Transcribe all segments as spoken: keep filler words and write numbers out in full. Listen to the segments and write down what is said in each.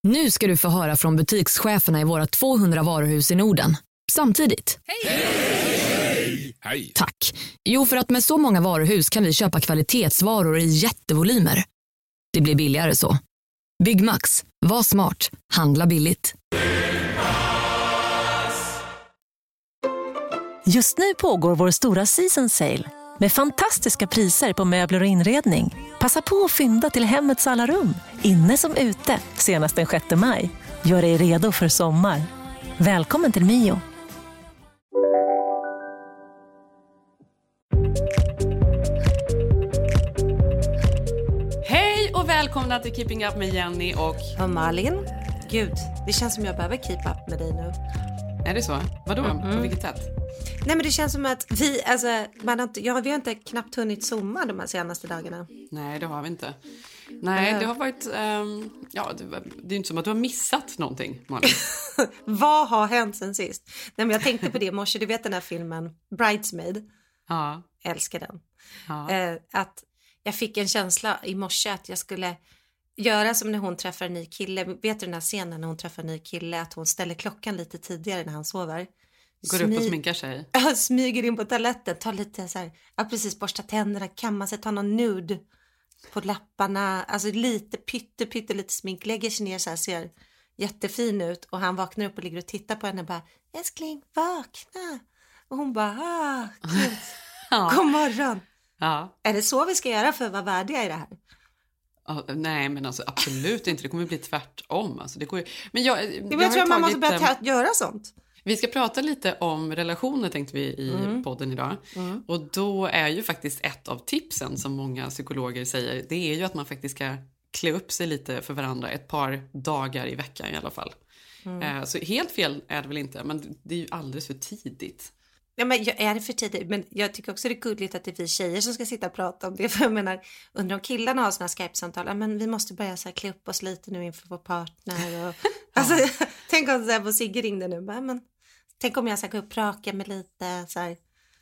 Nu ska du få höra från butikscheferna i våra tvåhundra varuhus i Norden. Samtidigt. Hej! Hej! Hej! Tack. Jo, för att med så många varuhus kan vi köpa kvalitetsvaror i jättevolymer. Det blir billigare så. Byggmax. Var smart. Handla billigt. Just nu pågår vår stora season sale med fantastiska priser på möbler och inredning. Passa på att fynda till hemmets alla rum, inne som ute, senast den sjätte maj. Gör dig redo för sommar. Välkommen till Mio. Hej och välkomna till Keeping Up med Jenny och... och Malin. Gud, det känns som jag behöver keep up med dig nu. Är det så? Vadå? Mm. På vilket sätt? Nej, men det känns som att vi, alltså, man har inte, ja, vi har inte knappt hunnit zooma de här senaste dagarna. Nej, det har vi inte. Nej, det har varit, um, ja, det, det är inte som att du har missat någonting, Malin. Vad har hänt sen sist? Nej, men jag tänkte på det i morse, du vet den här filmen Bridesmaid. Ja. Älskar den. Ja. Eh, att jag fick en känsla i morse att jag skulle göra som när hon träffar en ny kille. Vet du den här scenen när hon träffar en ny kille? Att hon ställer klockan lite tidigare när han sover. Går upp och sminkar sig. Ja, smyger in på toaletten. Tar lite så här, ja, precis, borsta tänderna, kamma sig, tar någon nude på lapparna. Alltså lite pytte, pytte, lite smink. Lägger sig ner så här, ser jättefin ut. Och han vaknar upp och ligger och tittar på henne och bara, älskling, vakna. Och hon bara, ah, gud. Ja. God morgon. Ja. Är det så vi ska göra för att vara värdiga i det här? Oh, nej, men alltså absolut inte. Det kommer bli tvärtom. Alltså, det går ju... Men jag, jag, jag, jag tror att man måste börja ta- äm... göra sånt. Vi ska prata lite om relationer, tänkte vi i mm. podden idag. Mm. Och då är ju faktiskt ett av tipsen som många psykologer säger, det är ju att man faktiskt ska klä upp sig lite för varandra ett par dagar i veckan i alla fall. Mm. Eh, så helt fel är det väl inte, men det är ju alldeles för tidigt. Ja, men är det för tidigt? Men jag tycker också det är gulligt att det är vi tjejer som ska sitta och prata om det. För jag menar, undrar om killarna har såna Skype-samtal. Ja, men vi måste börja så här klä upp oss lite nu inför vår partner. Och, alltså, tänk om så här på Sigge ringde nu. Bara, men, tänk om jag ska gå upp och raka mig lite så här.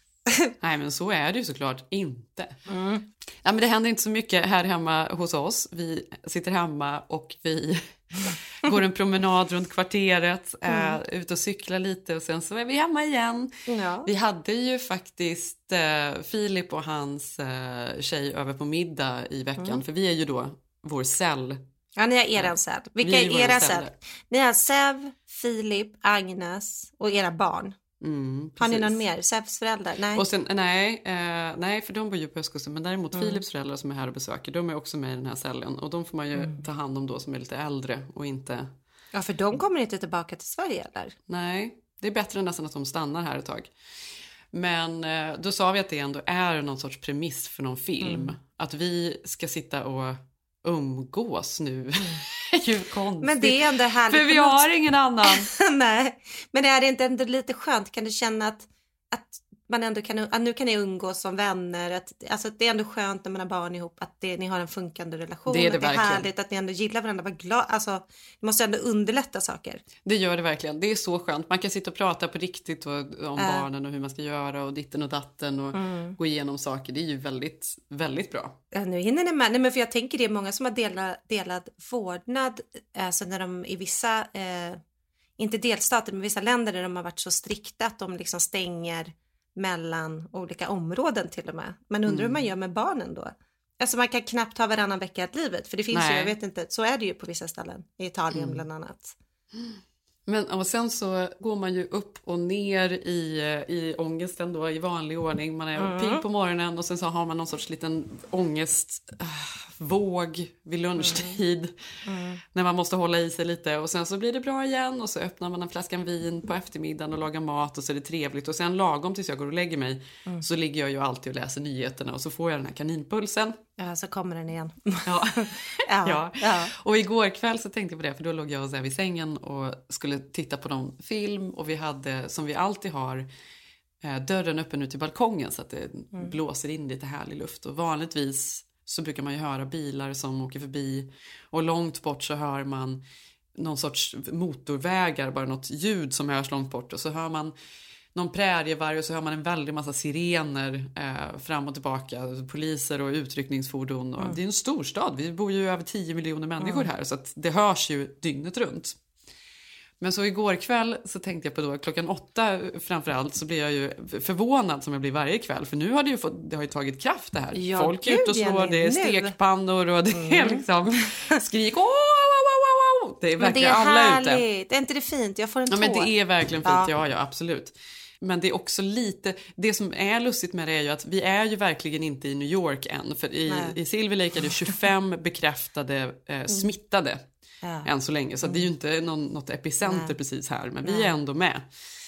Nej, men så är det ju såklart inte. Mm. Ja, men det händer inte så mycket här hemma hos oss. Vi sitter hemma och vi går en promenad runt kvarteret, mm. äh, ut och cyklar lite och sen så är vi hemma igen. Ja. Vi hade ju faktiskt äh, Filip och hans äh, tjej över på middag i veckan, mm. för vi är ju då vår cell. Ja, ni har eran cell. Vilka är, är era cell? Ni har Sev, Filip, Agnes och era barn. Mm, har ni någon mer? Sevs föräldrar? Nej. Och sen, nej, eh, nej, för de bor ju på östkusten. Men däremot mm. Filips föräldrar som är här och besöker, de är också med i den här cellen. Och de får man ju mm. ta hand om då som är lite äldre och inte... Ja, för de kommer inte tillbaka till Sverige, eller? Nej, det är bättre än nästan att de stannar här ett tag. Men eh, då sa vi att det ändå är någon sorts premiss för någon film. Mm. Att vi ska sitta och umgås nu. är ju konstigt. Men det är ändå härligt. För vi har ingen annan. Nej, men är det inte ändå lite skönt? Kan du känna att, att man ändå kan, att nu kan ni umgås som vänner? Att, alltså att det är ändå skönt när man har barn ihop att det, ni har en funkande relation. Det är det att det är verkligen. Härligt att ni ändå gillar varandra. Var glad, alltså, det måste ändå underlätta saker. Det gör det verkligen. Det är så skönt. Man kan sitta och prata på riktigt och, om äh. barnen och hur man ska göra och ditten och datten och mm. gå igenom saker. Det är ju väldigt, väldigt bra. Ja, nu hinner ni med. Nej, men för jag tänker det är många som har delat, delad vårdnad. Alltså när de i vissa, eh, inte delstater men vissa länder där de har varit så strikta att de liksom stänger mellan olika områden till och med. Man undrar mm. hur man gör med barnen då. Alltså man kan knappt ha varannan vecka i livet. För det finns Nej. ju, jag vet inte, så är det ju på vissa ställen. I Italien mm. bland annat. Men och sen så går man ju upp och ner i, i ångesten då i vanlig ordning. Man är mm. pigg på morgonen och sen så har man någon sorts liten ångest äh, våg vid lunchtid. Mm. Mm. När man måste hålla i sig lite och sen så blir det bra igen och så öppnar man en flaskan vin på eftermiddagen och lagar mat och så är det trevligt. Och sen lagom tills jag går och lägger mig mm. så ligger jag ju alltid och läser nyheterna och så får jag den här kaninpulsen. Ja, så kommer den igen. Ja. ja. ja. ja. Och igår kväll så tänkte jag på det, för då låg jag så här vid sängen och skulle titta på någon film och vi hade, som vi alltid har, eh, dörren öppen ut till balkongen så att det mm. blåser in lite härlig luft. Och vanligtvis så brukar man ju höra bilar som åker förbi och långt bort så hör man någon sorts motorvägar, bara något ljud som hörs långt bort och så hör man någon prärievarg och så hör man en väldig massa sirener eh, fram och tillbaka. Poliser och utryckningsfordon. Och mm. Det är en storstad. Vi bor ju över tio miljoner människor mm. här så att det hörs ju dygnet runt. Men så igår kväll så tänkte jag på då klockan åtta framförallt så blir jag ju förvånad som jag blir varje kväll. För nu har det ju, fått, det har ju tagit kraft det här. Ja, folk är ute och slår, det är stekpannor och det mm. är liksom skrik. Åh, åh, åh, åh. Det är verkligen alla härligt. Ute. Det är inte det fint? Jag får en tår. Ja, men det är verkligen fint, ja, ja, ja absolut. Men det är också lite, det som är lustigt med det är ju att vi är ju verkligen inte i New York än. För i, i Silver Lake är det tjugofem bekräftade eh, smittade. Ja. Än så länge, så det är ju inte någon, något epicenter Nej. Precis här, men Nej. Vi är ändå med.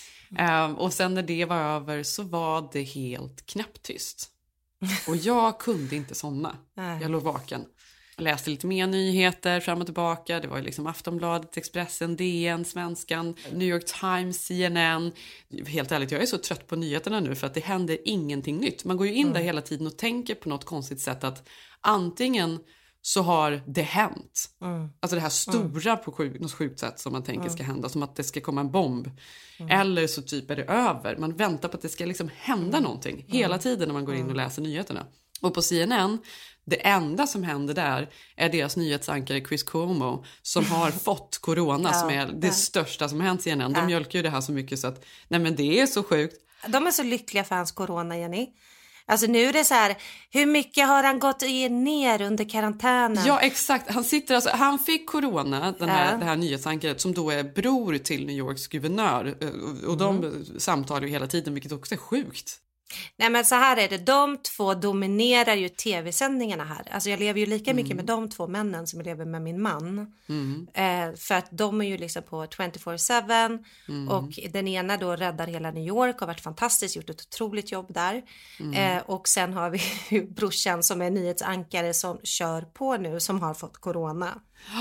Mm. Uh, och sen när det var över så var det helt knäpptyst. Och jag kunde inte somna. Nej. Jag låg vaken. Jag läste lite mer nyheter fram och tillbaka. Det var ju liksom Aftonbladet, Expressen, D N, Svenskan, New York Times, C N N. Helt ärligt, jag är så trött på nyheterna nu för att det händer ingenting nytt. Man går ju in mm. där hela tiden och tänker på något konstigt sätt att antingen så har det hänt. Mm. Alltså det här stora mm. på sjuk, något sjukt sätt som man tänker mm. ska hända. Som att det ska komma en bomb. Mm. Eller så typ är det över. Man väntar på att det ska liksom hända mm. någonting. Hela mm. tiden när man går in och läser nyheterna. Och på C N N, det enda som händer där är deras nyhetsankare Chris Cuomo. Som har fått corona ja. Som är det ja. Största som hänt C N N. De ja. Mjölkar ju det här så mycket så att nej men det är så sjukt. De är så lyckliga för hans corona, Jenny. Alltså nu är det så här, hur mycket har han gått ner under karantänen? Ja, exakt. Han sitter alltså, han fick corona, den här, ja. Det här nyhetsankaret som då är bror till New Yorks guvernör. Och de mm. samtalar ju hela tiden, vilket också är sjukt. Nej men så här är det, de två dominerar ju tv-sändningarna här. Alltså jag lever ju lika mycket mm. med de två männen som jag lever med min man. Mm. Eh, för att de är ju liksom på tjugofyra sju mm. och den ena då räddar hela New York, har varit fantastiskt, gjort ett otroligt jobb där. Mm. Eh, och sen har vi ju brorsan som är nyhetsankare som kör på nu, som har fått corona.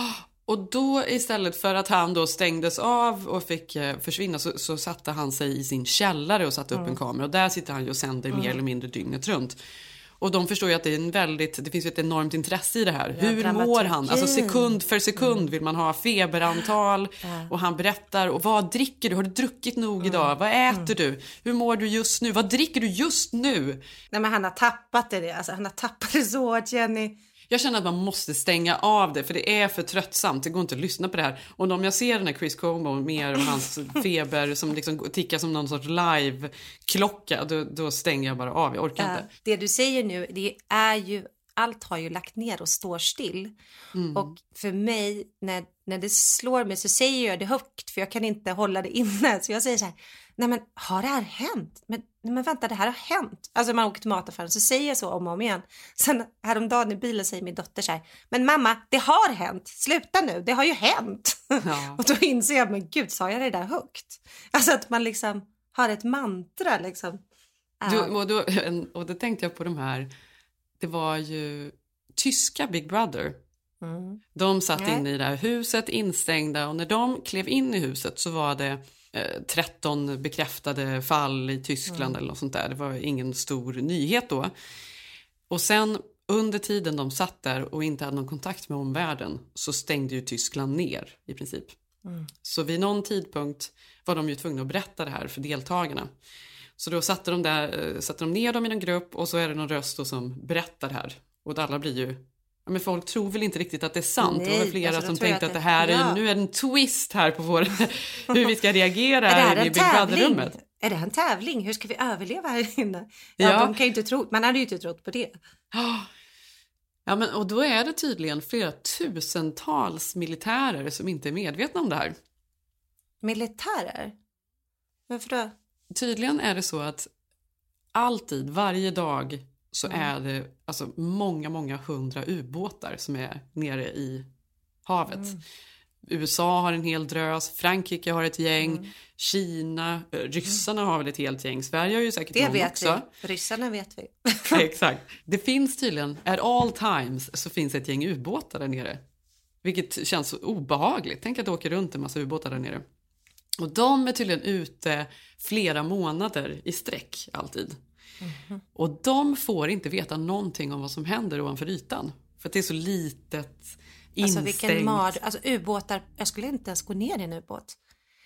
Och då istället för att han då stängdes av och fick eh, försvinna så, så satte han sig i sin källare och satte upp mm. en kamera. Och där sitter han ju och sänder mm. mer eller mindre dygnet runt. Och de förstår ju att det är en väldigt, det finns ju ett enormt intresse i det här. Ja, hur mår han? Alltså sekund för sekund mm. vill man ha feberantal. Ja. Och han berättar, och vad dricker du? Har du druckit nog mm. idag? Vad äter mm. du? Hur mår du just nu? Vad dricker du just nu? Nej men han har tappat det, alltså han har tappat det så hårt, Jenny. Jag känner att man måste stänga av det, för det är för tröttsamt. Det går inte att lyssna på det här. Och om jag ser den här Chris Cuomo mer och hans feber som liksom tickar som någon sorts live-klocka, då, då stänger jag bara av. Jag orkar inte. Uh, det du säger nu, det är ju, allt har ju lagt ner och står still. Mm. Och för mig, när, när det slår mig så säger jag det högt, för jag kan inte hålla det inne. Så jag säger så här, nej men har det här hänt? Men, nej men vänta, det här har hänt. Alltså man åker till mataffären så säger jag så om och om igen. Sen häromdagen i bilen säger min dotter så här, men mamma, det har hänt. Sluta nu, det har ju hänt. Ja. Och då inser jag, men gud, sa jag det där högt? Alltså att man liksom har ett mantra liksom. Du, och, då, och då tänkte jag på de här, det var ju tyska Big Brother. Mm. De satt Nej. Inne i det här huset instängda, och när de klev in i huset så var det eh, tretton bekräftade fall i Tyskland mm. eller något sånt där. Det var ingen stor nyhet då. Och sen under tiden de satt där och inte hade någon kontakt med omvärlden så stängde ju Tyskland ner i princip. Mm. Så vid någon tidpunkt var de ju tvungna att berätta det här för deltagarna. Så då satte de, där, satte de ner dem i en grupp, och så är det någon röst då som berättar det här. Och alla blir ju, ja, men folk tror väl inte riktigt att det är sant. Nej, det var flera alltså, som tänkte att det, att det här ja. är, nu är det en twist här på vår, hur vi ska reagera här i Big Brother-rummet. Är det en tävling? Hur ska vi överleva här inne? Ja, ja. De kan ju inte tro, man hade ju inte trott på det. Ja, men och då är det tydligen flera tusentals militärer som inte är medvetna om det här. Militärer? Varför då? Tydligen är det så att alltid, varje dag så mm. är det alltså många, många hundra ubåtar som är nere i havet. Mm. U S A har en hel drös, Frankrike har ett gäng, mm. Kina, ryssarna har väl ett helt gäng. Sverige har ju säkert det någon vet också. Vi. Ryssarna vet vi. Exakt. Det finns tydligen, at all times så finns ett gäng ubåtar där nere. Vilket känns så obehagligt. Tänk att det åker runt en massa ubåtar där nere. Och de är tydligen ute flera månader i sträck alltid. Mm-hmm. Och de får inte veta någonting om vad som händer ovanför ytan. För att det är så litet, instängt. Alltså vilken mar... Alltså ubåtar, jag skulle inte ens gå ner i en ubåt.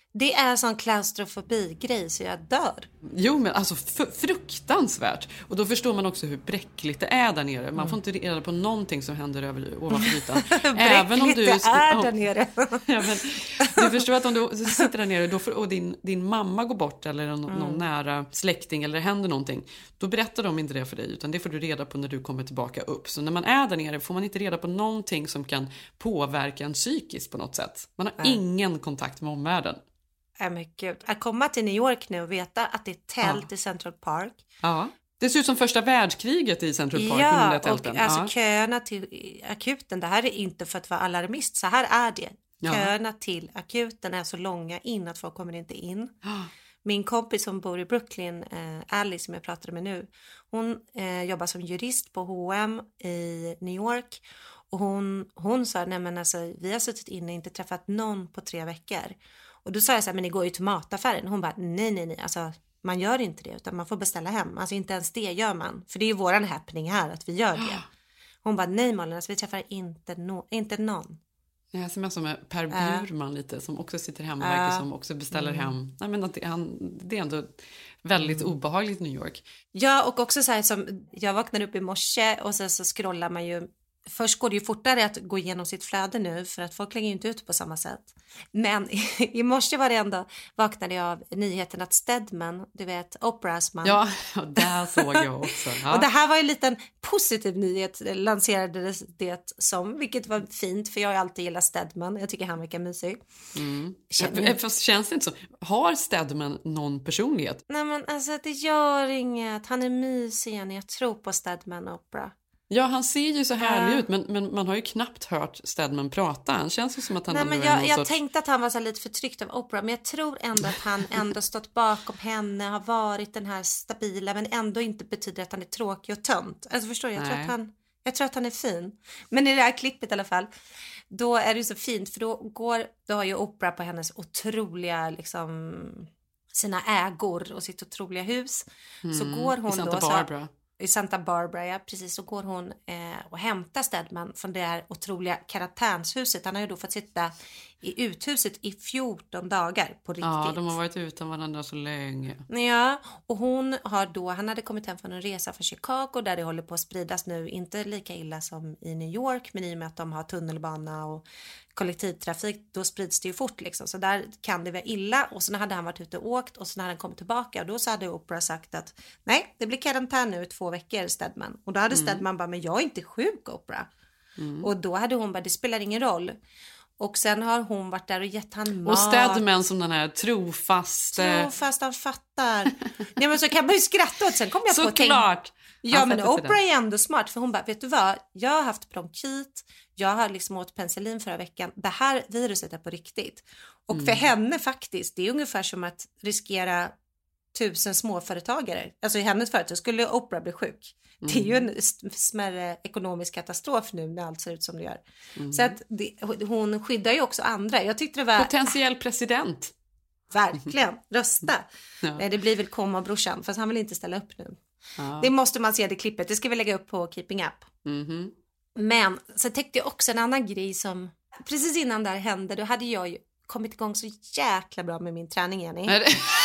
Det är en sån klaustrofobi-grej så jag dör. Jo, men alltså f- fruktansvärt. Och då förstår man också hur bräckligt det är där nere. Man mm. får inte reda på någonting som händer över, ovanför ytan. Även om du det är oh, där nere. Ja, men, du förstår att om du sitter där nere då för, och din, din mamma går bort eller någon, mm. någon nära släkting eller det händer någonting, då berättar de inte det för dig, utan det får du reda på när du kommer tillbaka upp. Så när man är där nere får man inte reda på någonting som kan påverka en psykiskt på något sätt. Man har mm. ingen kontakt med omvärlden. Ja, men gud. Att komma till New York nu och veta att det är tält ja. i Central Park. Ja, det ser ut som första världskriget i Central Park. Ja, och alltså ja. köerna till akuten, det här är inte för att vara alarmist, så här är det. Ja. Köerna till akuten är så långa in att folk kommer inte in. Ja. Min kompis som bor i Brooklyn, eh, Alice som jag pratade med nu, hon eh, jobbar som jurist på H och M i New York. Och hon, hon sa, nej men alltså vi har suttit inne och inte träffat någon på tre veckor. Och då sa jag så här, men ni går ju till mataffären. Hon bara, nej, nej, nej. Alltså, man gör inte det, utan man får beställa hem. Alltså inte ens det gör man. För det är ju våran happening här, att vi gör det. Hon bara, nej Malin, alltså, vi träffar inte, no- inte någon. Jag ser mig som är Per Bjurman äh. lite, som också sitter hemma, äh. verkar som också beställer mm. hem. Nej, men att det, han, det är ändå väldigt mm. obehagligt i New York. Ja, och också så här som, jag vaknade upp i morse och sen så scrollar man ju. Först går det ju fortare att gå igenom sitt flöde nu för att folk lägger ju inte ut på samma sätt. Men i, i morse var det ändå, vaknade jag av nyheten att Stedman, du vet, Oprahs man. Ja, där såg jag också. Ja. Och det här var ju en liten positiv nyhet, lanserades det som, vilket var fint för jag har alltid gillat Stedman. Jag tycker han verkar mysig. Mm. Kän, fast känns det inte så? Har Stedman någon personlighet? Nej men alltså det gör inget. Han är mysig, jag tror på Stedman och Oprah. Ja, han ser ju så härlig uh. ut, men, men man har ju knappt hört Stedman prata. Han känns ju som att han... Nej, men jag, jag sorts... tänkte att han var så lite förtryckt av Oprah, men jag tror ändå att han ändå stått bakom henne, har varit den här stabila, men ändå inte betyder att han är tråkig och tönt. Alltså förstår du, jag tror, att han, jag tror att han är fin. Men i det här klippet i alla fall, då är det ju så fint, för då går, då har ju Oprah på hennes otroliga, liksom, sina ägor och sitt otroliga hus. Mm, så går hon i Santa då... Barbara. Så, i Santa Barbara, ja, precis, så går hon eh, och hämtar Stedman från det här otroliga karantänshuset. Han har ju då fått sitta i uthuset i fjorton dagar på riktigt. Ja, de har varit utan varandra så länge. Ja, och hon har då, han hade kommit hem från en resa från Chicago där det håller på att spridas nu, inte lika illa som i New York, men i och med att de har tunnelbana och kollektivtrafik, då sprids det ju fort liksom. Så där kan det vara illa. Och sen hade han varit ute och åkt och sen hade han kommit tillbaka och då så hade Oprah sagt att nej, det blir karantän nu i två veckor, Stedman. Och då hade mm. Stedman bara, men jag är inte sjuk, Oprah. Mm. Och då hade hon bara, det spelar ingen roll. Och sen har hon varit där och gett han mat. Och Stedman som den här trofast... Trofast, han fattar. Nej, men så kan man ju skratta åt. Sen kom jag så på att klart. Ja, men Oprah är ändå smart. För hon bara, vet du vad? Jag har haft bronkit. Jag har liksom åt penicillin förra veckan. Det här viruset är på riktigt. Och mm. för henne faktiskt, det är ungefär som att riskera tusen småföretagare. Alltså i hennes företag skulle Oprah bli sjuk. Mm. Det är ju en smärre ekonomisk katastrof nu när allt ser ut som det gör. Mm. Så att det, hon skyddar ju också andra. Jag tyckte det var... Potentiell president. Verkligen, rösta. Ja. Det blir väl komma brorsan, fast han vill inte ställa upp nu. Ja. Det måste man se, det klippet. Det ska vi lägga upp på Keeping Up. Mm. Men så tänkte jag också en annan grej som... Precis innan det här hände, då hade jag ju kommit igång så jäkla bra med min träning, Jenny. Nej, det...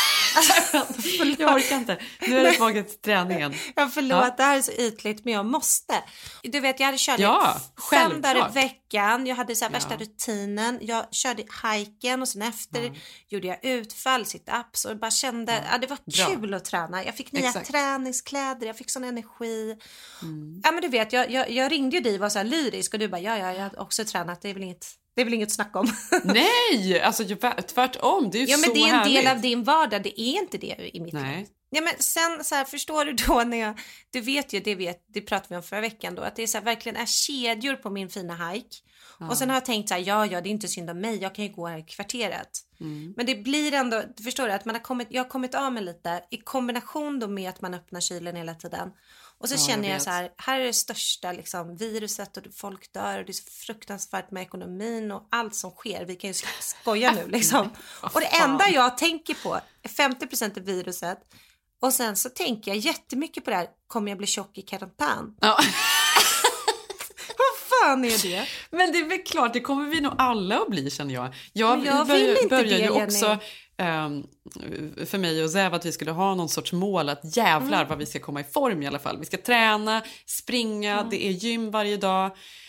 jag orkar inte. Nu är det tillbaka till träningen. Ja, förlåt, ja. Det här är så ytligt, men jag måste. Du vet, jag hade kört ja, fem dagar i veckan. Jag hade så här värsta ja. rutinen. Jag körde hiken och sen efter ja. gjorde jag utfall, sit-ups och bara kände ja. ja, det var kul bra. att träna. Jag fick nya Exakt. träningskläder, jag fick sån energi. Mm. Ja, men du vet, jag, jag, jag ringde ju dig och var så här lyrisk och du bara, ja, ja, jag har också tränat, det är väl inget... Det är väl inget snack om. Nej, alltså tvärtom. Det är ju ja, så men det är en härligt. del av din vardag. Det är inte det i mitt liv. Ja, men sen så här, förstår du då när jag... Du vet ju, det, vet, det pratade vi om förra veckan då. Att det är så här, verkligen är kedjor på min fina hike. Ja. Och sen har jag tänkt så här, ja, ja, det är inte synd om mig. Jag kan ju gå här i kvarteret. Mm. Men det blir ändå, förstår du, att man har kommit, jag har kommit av mig lite. I kombination då med att man öppnar kylen hela tiden. Och så ja, känner jag, jag så här, här är det största liksom, viruset och folk dör och det är så fruktansvärt med ekonomin och allt som sker. Vi kan ju skoja nu liksom. Och det enda jag tänker på är femtio procent av viruset. Och sen så tänker jag jättemycket på det här, kommer jag bli tjock i karantän? Ja. Vad fan är det? Men det är väl klart, det kommer vi nog alla att bli, känner jag. Jag, jag börjar, vill inte börjar det, ju också um, för mig och Zev att vi skulle ha någon sorts mål att jävlar mm. vad vi ska komma i form i alla fall. Vi ska träna, springa, mm. det är gym varje dag.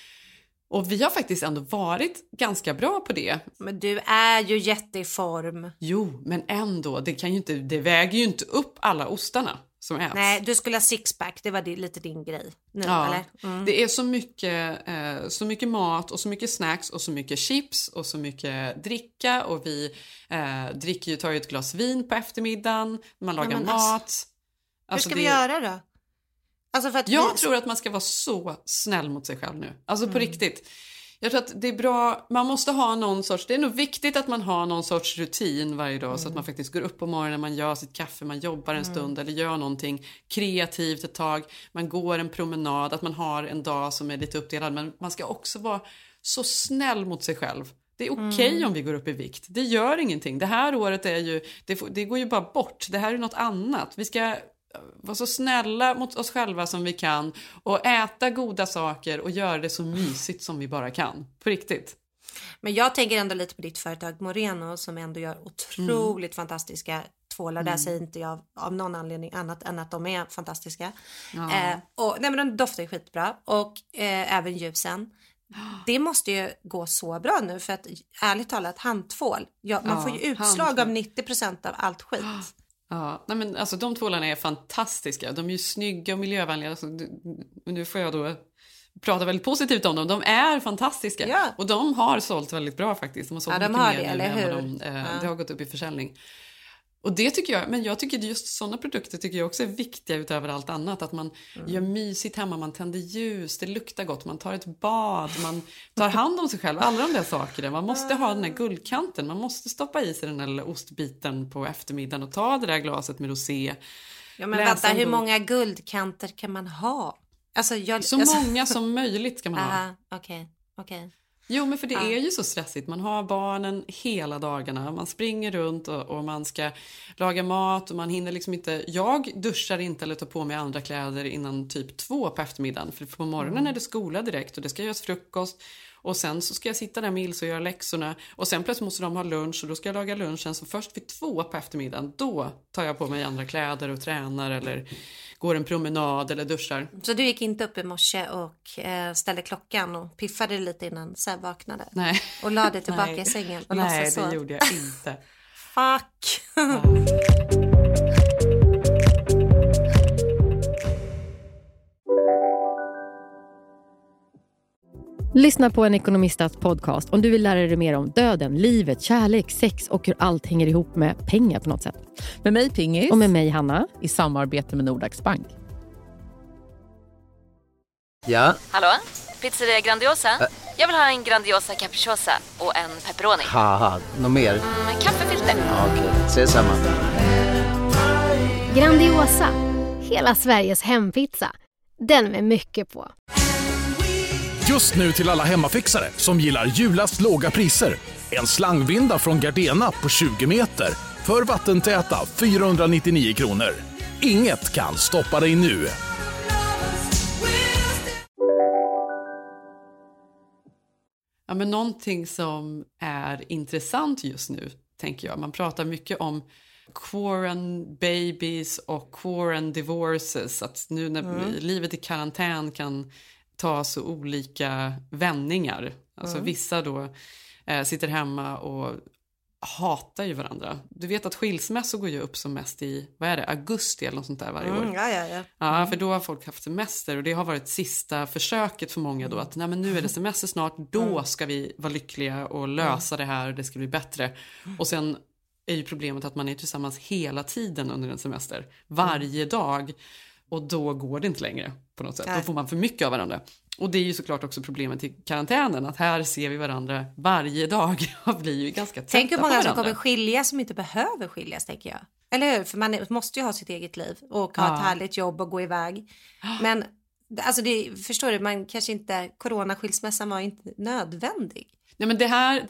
Och vi har faktiskt ändå varit ganska bra på det. Men du är ju jätteform. Jo, men ändå, det, kan ju inte, det väger ju inte upp alla ostarna som äts. Nej, du skulle ha sixpack, det var det, lite din grej nu, ja, eller? Mm. Det är så mycket, eh, så mycket mat och så mycket snacks och så mycket chips och så mycket dricka. Och vi eh, dricker ju, tar ju ett glas vin på eftermiddagen, man lagar ja, mat. Alltså, hur ska det... vi göra då? Alltså för att jag vi... tror att man ska vara så snäll mot sig själv nu. Alltså mm. på riktigt. Jag tror att det är bra, man måste ha någon sorts, det är nog viktigt att man har någon sorts rutin varje dag mm. så att man faktiskt går upp på morgonen, man gör sitt kaffe, man jobbar en mm. stund eller gör någonting kreativt ett tag, man går en promenad, att man har en dag som är lite uppdelad, men man ska också vara så snäll mot sig själv. Det är okej okay mm. om vi går upp i vikt. Det gör ingenting. Det här året är ju, det, det går ju bara bort. Det här är något annat. Vi ska vara så snälla mot oss själva som vi kan och äta goda saker och göra det så mysigt som vi bara kan. På riktigt. Men jag tänker ändå lite på ditt företag Moreno som ändå gör otroligt mm. fantastiska tvålar. Mm. Där säger inte jag av någon anledning annat än att de är fantastiska. Ja. Eh, och, nej, men de doftar ju skitbra och eh, även ljusen. Det måste ju gå så bra nu för att ärligt talat handtvål, ja, man ja, får ju utslag handtvål. Av nittio procent av allt skit. Ja, nej men alltså de tvålarna är fantastiska. De är ju snygga och miljövänliga. Alltså, nu får jag då prata väldigt positivt om dem. De är fantastiska. Ja. Och de har sålt väldigt bra faktiskt. De har sålt ja, de mycket har mer det, eller hur? De, eh, ja. Det har gått upp i försäljning. Och det tycker jag, men jag tycker just sådana produkter tycker jag också är viktiga utöver allt annat. Att man mm. gör mysigt hemma, man tänder ljus, det luktar gott, man tar ett bad, man tar hand om sig själv. Alla de där sakerna, man måste ha den här guldkanten, man måste stoppa i sig den där ostbiten på eftermiddagen och ta det där glaset med rosé. Ja men vänta, hur många guldkanter kan man ha? Alltså, jag, så alltså... många som möjligt ska man ha. Aha, okej, okay, okej. Okay. Jo, men för det ja. är ju så stressigt. Man har barnen hela dagarna. Man springer runt och, och man ska laga mat och man hinner liksom inte... Jag duschar inte eller tar på mig andra kläder innan typ två på eftermiddagen. För på morgonen mm. är det skola direkt och det ska göras frukost. Och sen så ska jag sitta där med Ilse och göra läxorna. Och sen plötsligt måste de ha lunch och då ska jag laga lunchen. Så först vid två på eftermiddagen, då tar jag på mig andra kläder och tränar eller går en promenad eller duschar. Så du gick inte upp i morse och eh, ställde klockan och piffade lite innan Seb vaknade? Nej. Och la dig tillbaka i sängen? Och Nej, det gjorde jag inte. Fuck! Ja. Lyssna på en ekonomistats podcast om du vill lära dig mer om döden, livet, kärlek, sex och hur allt hänger ihop med pengar på något sätt. Med mig Pingis. Och med mig Hanna. I samarbete med Nordax Bank. Ja? Hallå? Pizzeria Grandiosa? Ä- Jag vill ha en Grandiosa capriciosa och en pepperoni. Haha, något mer? Mm, kaffefilter. Ja, okej, okay. Ses samma. Grandiosa, hela Sveriges hempizza. Den med mycket på. Just nu till alla hemmafixare som gillar julast låga priser. En slangvinda från Gardena på tjugo meter för vattentäta fyrahundranittionio kronor. Inget kan stoppa dig nu. Ja, men någonting som är intressant just nu, tänker jag. Man pratar mycket om quarantine babies och quarantine divorces. Att nu när mm. livet i karantän kan ta så olika vändningar. Alltså mm. vissa då eh, sitter hemma och hatar ju varandra. Du vet att skilsmässor går ju upp som mest i, vad är det, augusti eller något sånt där varje mm, år. Ja, ja, ja. Ja, Mm. för då har folk haft semester och det har varit sista försöket för många då. Att nej, men nu är det semester snart, då mm. ska vi vara lyckliga och lösa mm. det här och det ska bli bättre. Och sen är ju problemet att man är tillsammans hela tiden under en semester. Varje mm. dag. Och då går det inte längre på något sätt. Nej. Då får man för mycket av varandra. Och det är ju såklart också problemet i karantänen. Att här ser vi varandra varje dag. Och blir ju ganska tätta. Tänk hur många som kommer varandra. skiljas som inte behöver skiljas, tänker jag. Eller hur? För man måste ju ha sitt eget liv. Och ha Ja. ett härligt jobb och gå iväg. Men alltså det, förstår du, man kanske inte, coronaskilsmässan var inte nödvändig. Nej, men det här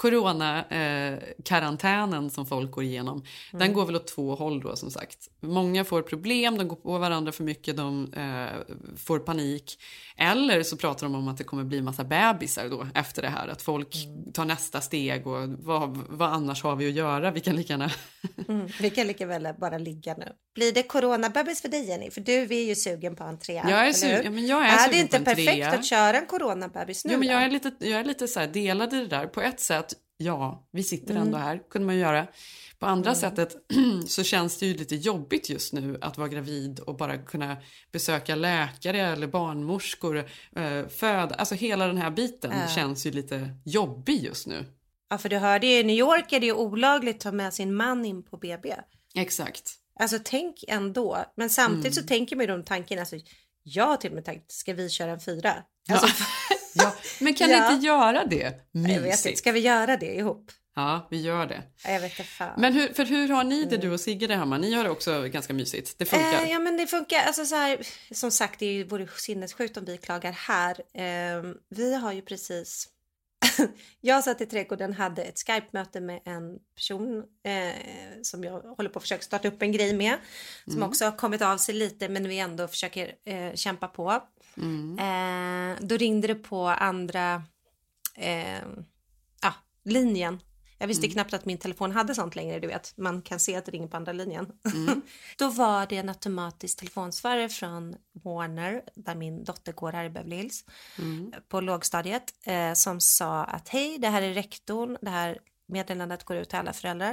corona-karantänen eh, som folk går igenom, mm. den går väl åt två håll då som sagt. Många får problem, de går på varandra för mycket, de eh, får panik. Eller så pratar de om att det kommer bli massa bebisar då efter det här. Att folk mm. tar nästa steg och vad, vad annars har vi att göra? Vi kan lika gärna... mm, vi kan lika väl bara ligga nu. Blir det coronabebis för dig, Jenny? För du är ju sugen på entré. Jag är, su- ja, men jag är, är sugen det inte på perfekt att köra en coronabebis nu? Ja, men jag är då? lite, jag är lite så här delad i det där. På ett sätt, ja, vi sitter mm. ändå här, kunde man göra. På andra mm. sättet så känns det ju lite jobbigt just nu att vara gravid och bara kunna besöka läkare eller barnmorskor, eh, föda. Alltså hela den här biten äh. känns ju lite jobbig just nu. Ja, för du hörde ju i New York är det ju olagligt att ta med sin man in på B B. Exakt. Alltså tänk ändå. Men samtidigt Mm. så tänker man ju de tanken, alltså jag har till och med tänkt, ska vi köra en fyra? Alltså, ja. ja. Men kan ja. vi inte göra det? Mysigt. Jag vet inte, ska vi göra det ihop? Ja, vi gör det. Jag vet inte fan. Men hur, för hur har ni det, du och Sigge, det hemma? Ni har det också ganska mysigt. Det funkar. Eh, ja, men det funkar. Alltså så här, som sagt, det är ju både sinnessjukt om vi klagar här. Eh, vi har ju precis... jag satt i trädgården, hade ett Skype-möte med en person eh, som jag håller på att försöka starta upp en grej med. Som mm. också har kommit av sig lite, men vi ändå försöker eh, kämpa på. Mm. Eh, då ringde det på andra eh, ah, linjen. Jag visste mm. knappt att min telefon hade sånt längre, du vet. Man kan se att det ringer på andra linjen. Mm. Då var det en automatisk telefonsvarare från Warner, där min dotter går här i Beverly Hills, mm. på lågstadiet, eh, som sa att hej, det här är rektorn, det här meddelandet går ut till alla föräldrar.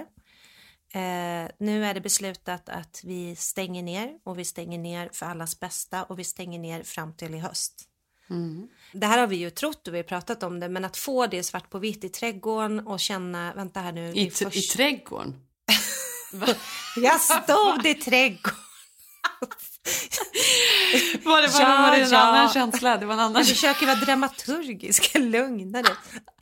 Eh, nu är det beslutat att vi stänger ner, och vi stänger ner för allas bästa, och vi stänger ner fram till i höst. Mm. Det här har vi ju trott och vi har pratat om det, men att få det svart på vitt i trädgården och känna, vänta här nu. I, t- först... i trädgården? Jag stod i trädgården. var det, var ja, det, var det en ja. annan känsla? Det var en annan... Jag försöker vara dramaturgisk, lugna dig.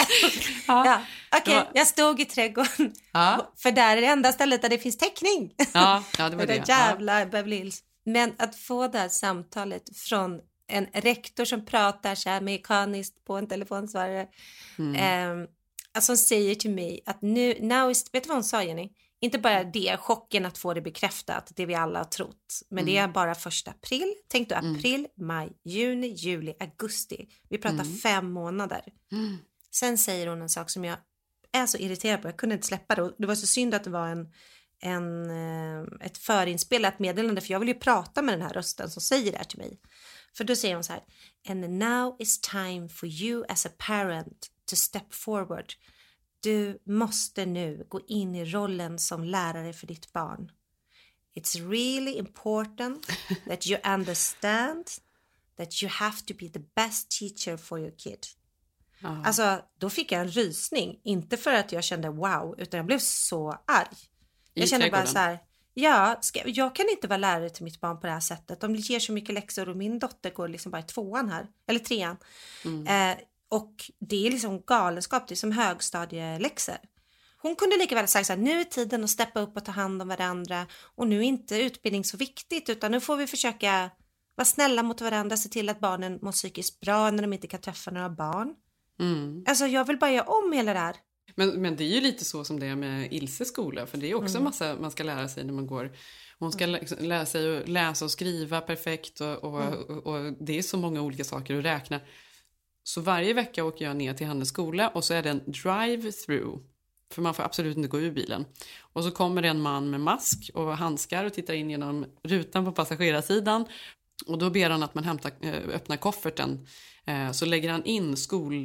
ja. ja. Okej, okay, var... jag stod i trädgården. Ja. För där är det enda stället där det finns täckning. Ja, ja det var det. Det jävla ja. Beverly Hills. Men att få det här samtalet från en rektor som pratar så här mekaniskt på en telefonsvarare. Mm. Eh, alltså hon säger till mig att nu, now is, vet du vad hon sa, Jenny? Inte bara det, chocken att få det bekräftat, det vi alla har trott. Men mm. det är bara första april. Tänk du april, mm. maj, juni, juli, augusti. Vi pratar mm. fem månader. Mm. Sen säger hon en sak som jag är så irriterad på. Jag kunde inte släppa det. Det var så synd att det var en, en, ett förinspelat meddelande. För jag vill ju prata med den här rösten som säger det här till mig. För då säger hon så här: and now is time for you as a parent to step forward. Du måste nu gå in i rollen som lärare för ditt barn. It's really important that you understand that you have to be the best teacher for your kid. Uh-huh. Alltså, då fick jag en rysning. Inte för att jag kände wow, utan jag blev så arg. Jag I kände trädgården. Bara så här... Ja, ska, jag kan inte vara lärare till mitt barn på det här sättet. De ger så mycket läxor och min dotter går liksom bara i tvåan här. Eller trean. Mm. Eh, och det är liksom galenskap. Det är som högstadieläxor. Hon kunde lika väl säga så här: nu är tiden att steppa upp och ta hand om varandra. Och nu är inte utbildning så viktigt. Utan nu får vi försöka vara snälla mot varandra. Se till att barnen mår psykiskt bra när de inte kan träffa några barn. Mm. Alltså jag vill bara göra om hela det här. Men, men det är ju lite så som det är med Ilses skola. För det är också en massa man ska lära sig när man går. Hon ska lä- lära sig att läsa och skriva perfekt. Och, och, mm. och, och det är så många olika saker att räkna. Så varje vecka åker jag ner till hennes skola. Och så är det en drive-through. För man får absolut inte gå ur bilen. Och så kommer det en man med mask och handskar och tittar in genom rutan på passagerarsidan. Och då ber han att man hämtar, öppnar kofferten. Så lägger han in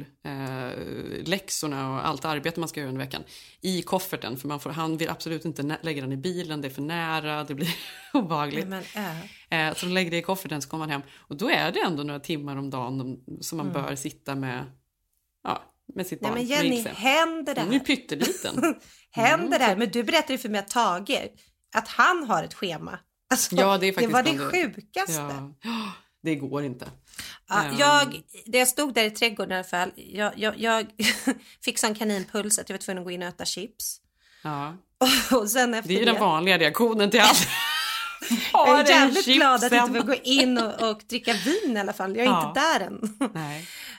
skolläxorna och allt arbete man ska göra under veckan i kofferten. För man får, han vill absolut inte lägga den i bilen, det är för nära, det blir obehagligt. Men, äh. Så de lägger det i kofferten, så kommer man hem. Och då är det ändå några timmar om dagen som man mm. bör sitta med, ja, med sitt barn. Nej men Jenny, händer det här? Hon är pytteliten. Händer mm. det här? Men du berättade ju för mig att Tage, att han har ett schema. Alltså, ja, det, är faktiskt det var det sjukaste. Ja, det går inte. Ja, jag, det jag stod där i trädgården i alla fall, jag, jag, jag fick sån kaninpuls att jag var tvungen att gå in och äta chips. Ja. Och, och sen efter det är ju det, den vanliga reaktionen till allt. Jag är jävligt glad att inte få gå in och, och dricka vin i alla fall. Jag är ja. inte där än. Nej.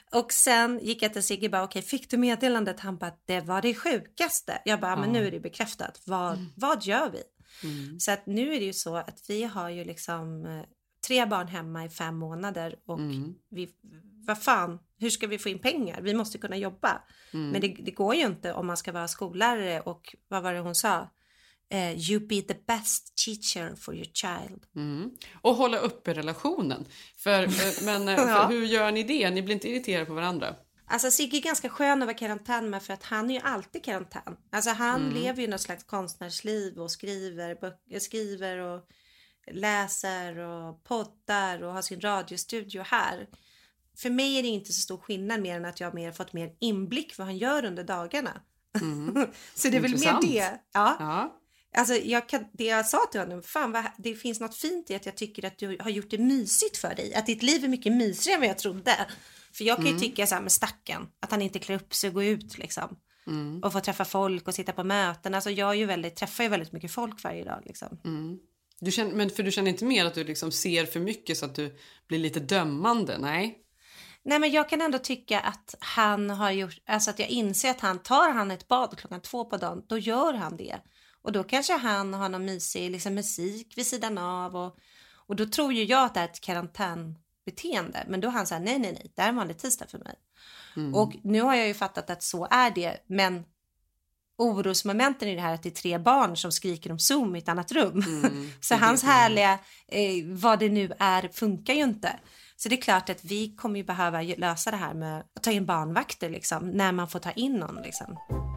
Och sen gick jag till Sigge och bara, okej, okay, fick du meddelandet? Han bara, det var det sjukaste. Jag bara, ja. men nu är det bekräftat. Vad, mm. vad gör vi? Mm. Så att nu är det ju så att vi har ju liksom eh, tre barn hemma i fem månader. Och mm. vi, vad fan, hur ska vi få in pengar? Vi måste kunna jobba. Mm. Men det, det går ju inte om man ska vara skollärare. Och vad var det hon sa? Uh, you be the best teacher for your child. Mm. Och hålla uppe relationen. För, men ja. för hur gör ni det? Ni blir inte irriterade på varandra? Alltså Sigge är ganska skön att vara karantän med, för att han är ju alltid karantän. Alltså han mm. lever ju något slags konstnärsliv och skriver, böcker, skriver och läser och poddar och har sin radiostudio här. För mig är det inte så stor skillnad, mer än att jag har fått mer inblick vad han gör under dagarna. Mm. Så det är väl mer det. Ja. ja. Alltså jag kan, det jag sa till honom, fan vad, det finns något fint i att jag tycker att du har gjort det mysigt för dig. Att ditt liv är mycket mysigare än vad jag trodde. För jag kan ju mm. tycka så här med stacken, att han inte klär upp sig och går ut liksom. Mm. Och får träffa folk och sitta på möten. Alltså jag är ju väldigt, träffar ju väldigt mycket folk varje dag liksom. Mm. Du känner, men för du känner inte mer att du liksom ser för mycket så att du blir lite dömande, nej? Nej, men jag kan ändå tycka att han har gjort, alltså att jag inser att han tar han ett bad klockan två på dagen, då gör han det. Och då kanske han har någon mysig liksom, musik vid sidan av. Och, och då tror ju jag att det är ett karantänbeteende. Men då har han sagt nej, nej, nej. Det är en vanlig tisdag för mig. Mm. Och nu har jag ju fattat att så är det. Men orosmomenten i det här att det är tre barn som skriker om Zoom i ett annat rum. Mm. Så hans härliga, eh, vad det nu är, funkar ju inte. Så det är klart att vi kommer ju behöva lösa det här med att ta in barnvakter liksom. När man får ta in någon liksom.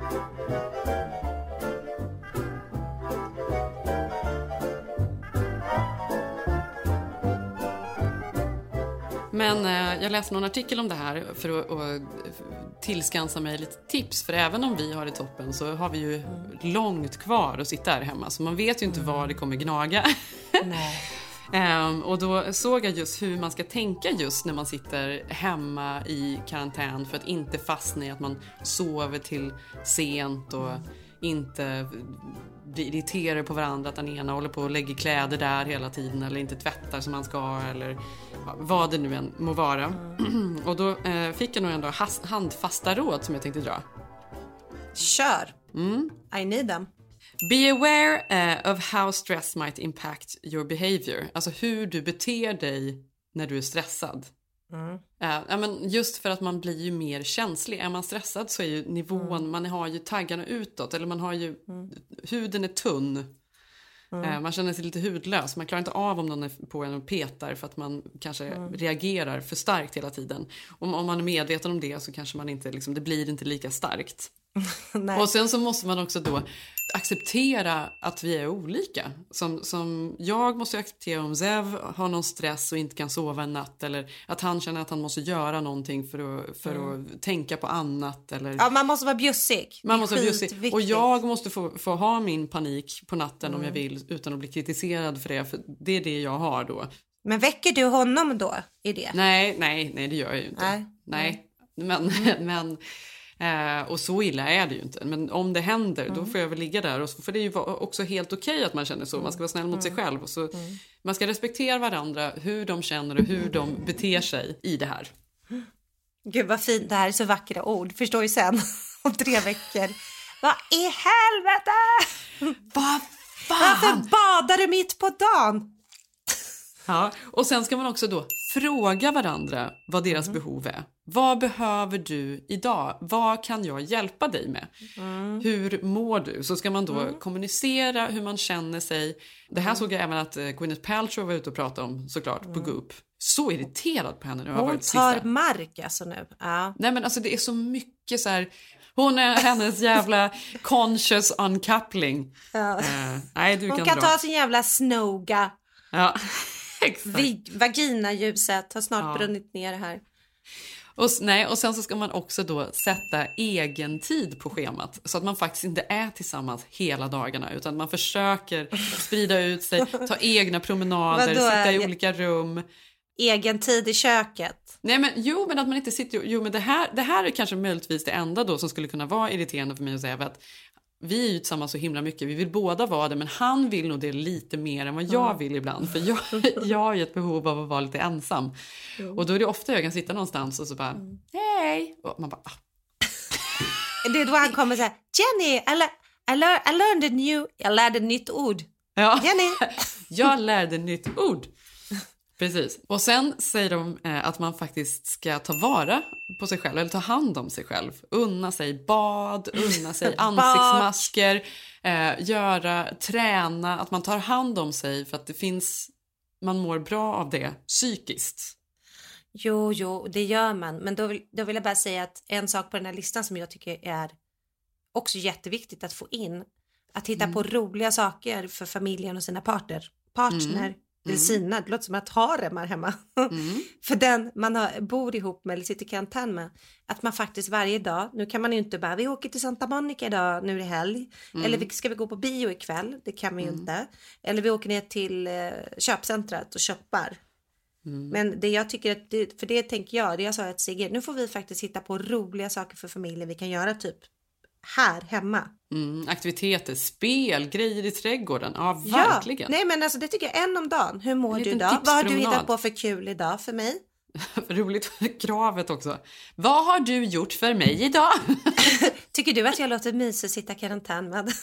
Men eh, jag läste någon artikel om det här för att och, tillskansa mig lite tips. För även om vi har det toppen så har vi ju mm. långt kvar att sitta här hemma. Så man vet ju inte mm. var det kommer gnaga. Nej. um, och då såg jag just hur man ska tänka just när man sitter hemma i karantän. För att inte fastna i att man sover till sent och mm. inte blir irriterade på varandra. Att den ena håller på och lägger kläder där hela tiden. Eller inte tvättar som man ska. Eller vad det nu än må vara. Mm. Och då eh, fick jag nog ändå has- handfasta råd som jag tänkte dra. Kör! Mm. I need them. Be aware uh, of how stress might impact your behavior. Alltså hur du beter dig när du är stressad. Mm. Uh, ja, men just för att man blir ju mer känslig. Är man stressad så är ju nivån, mm. man har ju taggarna utåt. Eller man har ju, mm. huden är tunn. Mm. Man känner sig lite hudlös. Man klarar inte av om någon är på en och petar för att man kanske mm. reagerar för starkt hela tiden. Om, om man är medveten om det så kanske man inte, liksom, det blir inte lika starkt. Och sen så måste man också då acceptera att vi är olika. Som, som jag måste acceptera om Zev har någon stress och inte kan sova en natt. Eller att han känner att han måste göra någonting för att, för mm. att tänka på annat. Eller... Ja, man måste vara bjussig. Man måste vara bjussig. Och jag måste få, få ha min panik på natten mm. om jag vill utan att bli kritiserad för det. För det är det jag har då. Men väcker du honom då i det? Nej, nej, nej det gör jag ju inte. Nej. nej. Men... Mm. men Eh, och så illa är det ju inte. Men om det händer, mm. då får jag väl ligga där. Och så, för det är ju också helt okej okay att man känner så. Man ska vara snäll mot mm. sig själv. Och så, mm. man ska respektera varandra, hur de känner och hur de beter sig i det här. Gud vad fint, det här är så vackra ord. Förstår ju sen om tre veckor. Vad i helvete? Vad fan? Varför badar du mitt på dagen? Ja, och sen ska man också då fråga varandra vad deras mm. behov är. Vad behöver du idag? Vad kan jag hjälpa dig med? Mm. Hur mår du? Så ska man då mm. kommunicera hur man känner sig. Det här mm. såg jag även att Gwyneth Paltrow var ute och pratade om såklart mm. på Goop. Så irriterad på henne nu. Hon tar sista. mark alltså nu. Ja. Nej men alltså det är så mycket så här. Hon är hennes jävla conscious uncoupling. Ja. Uh, nej, du Hon kan, kan dra. ta sin jävla snoga. Ja. Exakt. Vaginaljuset har snart ja. brunnit ner här. Och, nej, och sen så ska man också då sätta egen tid på schemat. Så att man faktiskt inte är tillsammans hela dagarna. Utan man försöker sprida ut sig. Ta egna promenader. Sitta i olika rum. Egen tid i köket. Nej men jo men att man inte sitter. Jo men det här, det här är kanske möjligtvis det enda då som skulle kunna vara irriterande för mig att säga. Att vi är ju tillsammans så himla mycket. Vi vill båda vara det, men han vill nog det lite mer än vad jag Mm. vill ibland. För jag, jag har ju ett behov av att vara lite ensam. Mm. Och då är det ofta jag kan sitta någonstans och så bara, hej! Och man bara, ah. Det är då han kommer så här, Jenny, I, le- I, lear- I learned a new, jag lärde ett nytt ord. Ja. Jenny. Jag lärde nytt ord. Precis. Och sen säger de eh, att man faktiskt ska ta vara på sig själv, eller ta hand om sig själv. Unna sig bad, unna sig ansiktsmasker, eh, göra, träna, att man tar hand om sig för att det finns, man mår bra av det psykiskt. Jo, jo, det gör man. Men då vill, då vill jag bara säga att en sak på den här listan som jag tycker är också jätteviktigt att få in. Att hitta Mm. på roliga saker för familjen och sina partner. Partner, Mm. eller sina. Det låter som att ha remar hemma. Mm. För den man har, bor ihop med eller sitter i karantän med. Att man faktiskt varje dag, nu kan man ju inte bara, vi åker till Santa Monica idag, nu är det helg. Mm. Eller vi- ska vi gå på bio ikväll? Det kan vi ju inte. Eller vi åker ner till eh, köpcentret och shoppar. Mm. Men det jag tycker att, det, för det tänker jag, det jag sa att Sigge, nu får vi faktiskt hitta på roliga saker för familjen vi kan göra typ här hemma. Mm. Aktiviteter, spel, grejer i trädgården. Ja, verkligen. Ja, nej men alltså det tycker jag en om dagen. Hur mår En du liten idag? Vad har du tipspromenad. hittat på för kul idag för mig? Roligt kravet också. Vad har du gjort för mig idag? Tycker du att jag låter mysigt sitta i karantän med?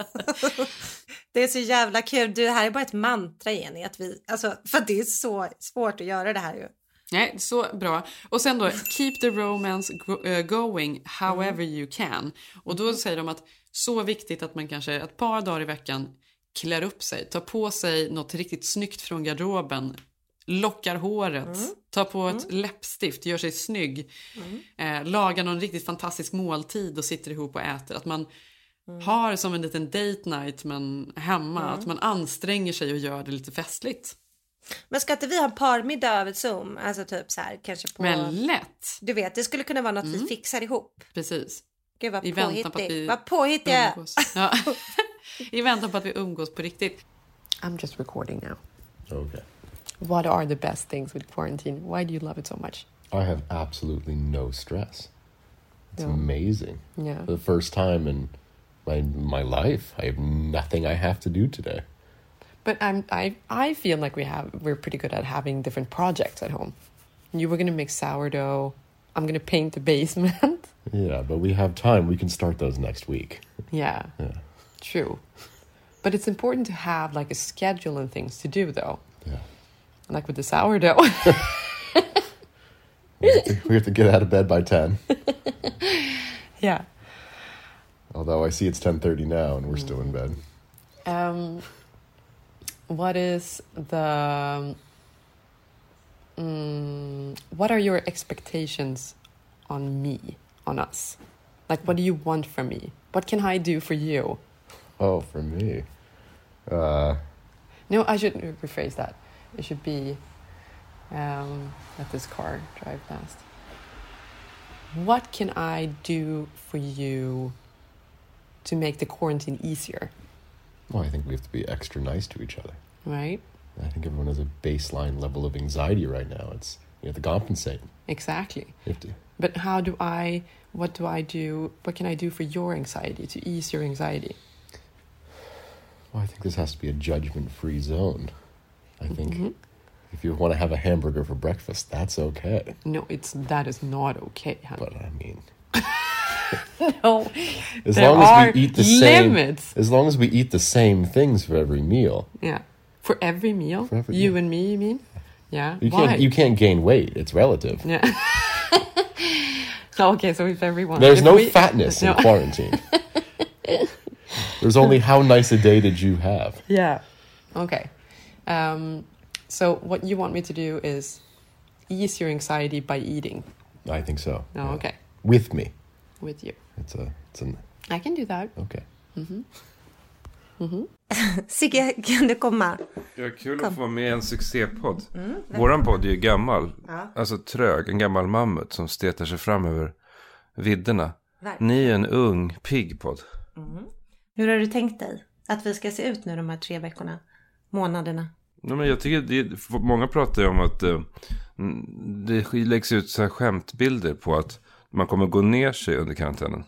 Det är så jävla kul. Du, det här är bara ett mantra, Jenny. Att vi, alltså, för det är så svårt att göra det här ju. Nej, så bra. Och sen då, keep the romance go- uh, going however you can. Och då säger de att så viktigt att man kanske ett par dagar i veckan klär upp sig. Tar på sig något riktigt snyggt från garderoben. Lockar håret. Mm. Tar på ett läppstift, gör sig snygg. Eh, lagar någon riktigt fantastisk måltid och sitter ihop och äter. Att man har som en liten date night men hemma. Att man anstränger sig och gör det lite festligt. Men ska inte vi ha en parmiddag över Zoom? Alltså typ så här, kanske på... Men lätt. Du vet, det skulle kunna vara något vi fixar ihop. Precis. Gud vad I väntan på att påhittig. vi Vad påhittig jag är. umgås. Ja. I väntan på att vi umgås på riktigt. I'm just recording now. Okay. What are the best things with quarantine? Why do you love it so much? I have absolutely no stress. It's Yeah. amazing. Yeah. For the first time in my my life, I have nothing I have to do today. But I'm, I I feel like we have we're pretty good at having different projects at home. You were gonna make sourdough. I'm gonna paint the basement. Yeah, but we have time. We can start those next week. Yeah, Yeah. true. But it's important to have like a schedule and things to do though. Yeah. Like with the sourdough. We have, to, we have to get out of bed by ten. Yeah. Although I see it's ten thirty now and we're still in bed. Um, what is the mm, what are your expectations on me, on us? Like, what do you want from me? What can I do for you? Oh, for me. Uh, No, I should rephrase that. It should be um, let this car drive past. What can I do for you to make the quarantine easier? well, I think we have to be extra nice to each other. Right? I think everyone has a baseline level of anxiety right now. It's you have to compensate. Exactly. You have to. But how do I, what do I do, what can I do for your anxiety, to ease your anxiety? Well, I think this has to be a judgment-free zone. I think Mhm. if you want to have a hamburger for breakfast, that's okay. No, it's, that is not okay, honey. But I mean, No, as there long as are we eat the same, limits. as long as we eat the same things for every meal, Yeah. For every meal? For every you meal. and me, you mean? Yeah. you Why? can't you can't gain weight. It's relative. Yeah. Okay, so if everyone... There's if no we- fatness in No. quarantine. There's only how nice a day did you have. Yeah. Okay. Um, so what you want me to do is ease your anxiety by eating. I think so. Oh, yeah. okay. With me. With you. It's a it's an I can do that. okay. Mm-hmm. Mm-hmm. Sigge, kan du komma? Ja, kul att Kom. få vara med i en succépodd. Mm, Våran podd är ju gammal. Ja. Alltså trög, en gammal mammut som stetar sig fram över vidderna. Verkligen. Ni är en ung, pigg podd. Mm. Hur har du tänkt dig att vi ska se ut nu de här tre veckorna, månaderna? Ja, men jag tycker det, många pratar ju om att eh, det läggs ut så här skämtbilder på att man kommer gå ner sig under karantänen.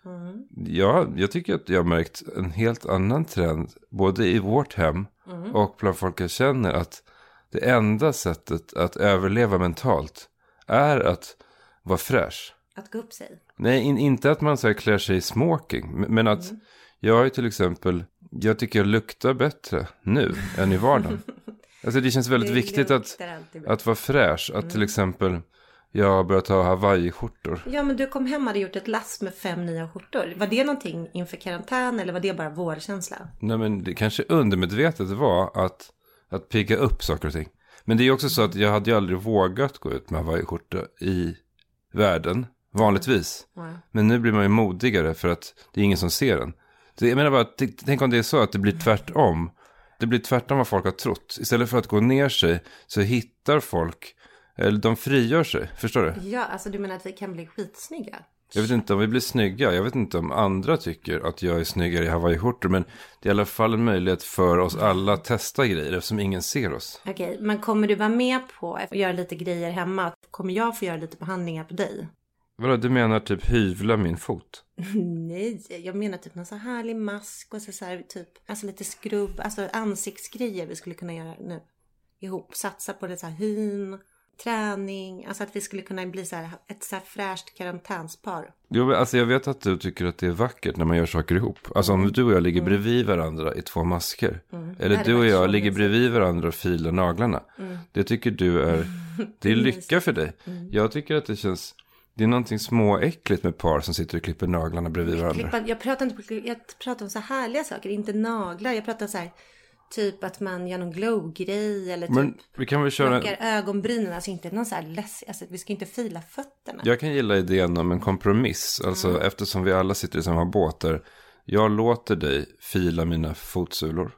Mm. Ja, jag tycker att jag har märkt en helt annan trend. Både i vårt hem mm. och bland folk jag känner. Att det enda sättet att överleva mentalt är att vara fräsch. Att gå upp sig? Nej, in, inte att man så här klär sig i smoking. Men att mm. jag är till exempel... Jag tycker jag luktar bättre nu än i vardagen. Alltså det känns väldigt det viktigt att, att vara fräsch. Att mm. till exempel jag har börjat ha Hawaii-skjortor. Ja, men du kom hem och hade gjort ett lass med fem nya skjortor. Var det någonting inför karantän eller var det bara vårkänsla? Nej, men det kanske undermedvetet var att, att pigga upp saker och ting. Men det är också så att jag hade ju aldrig vågat gå ut med Hawaii-skjortor i världen. Vanligtvis. Mm. Men nu blir man ju modigare för att det är ingen som ser den. Jag menar bara, t- tänk om det är så att det blir tvärtom. Det blir tvärtom vad folk har trott. Istället för att gå ner sig så hittar folk, eller de frigör sig. Förstår du? Ja, alltså du menar att vi kan bli skitsnygga? Jag vet inte om vi blir snygga. Jag vet inte om andra tycker att jag är snyggare i Hawaii-skjortor. Men det är i alla fall en möjlighet för oss alla att testa grejer eftersom ingen ser oss. Okej, men kommer du vara med på att göra lite grejer hemma? Kommer jag få göra lite behandlingar på dig? Vadå, du menar typ hyvla min fot? Nej, jag menar typ någon så härlig mask och så, så här typ, alltså lite skrubb, alltså ansiktsgrejer vi skulle kunna göra nu ihop. Satsa på det så här hyn, träning, alltså att vi skulle kunna bli så här ett så här fräscht karantänspar. Jo, alltså jag vet att du tycker att det är vackert när man gör saker ihop. Alltså om du och jag ligger bredvid varandra i två masker. Mm. Eller du och jag ligger bredvid varandra och filar naglarna. Mm. Det tycker du är, det är lycka för dig. Mm. Jag tycker att det känns... Det är någonting småäckligt med par som sitter och klipper naglarna bredvid varandra. Klippa, jag pratar inte jag pratar om så härliga saker, inte naglar. Jag pratar så här, typ att man gör någon glow-grej eller typ men vi kan väl köra plockar ögonbrynen. Alltså inte någon så här läs, alltså vi ska inte fila fötterna. Jag kan gilla idén om en kompromiss. Alltså mm. eftersom vi alla sitter i samma båtar. Jag låter dig fila mina fotsulor.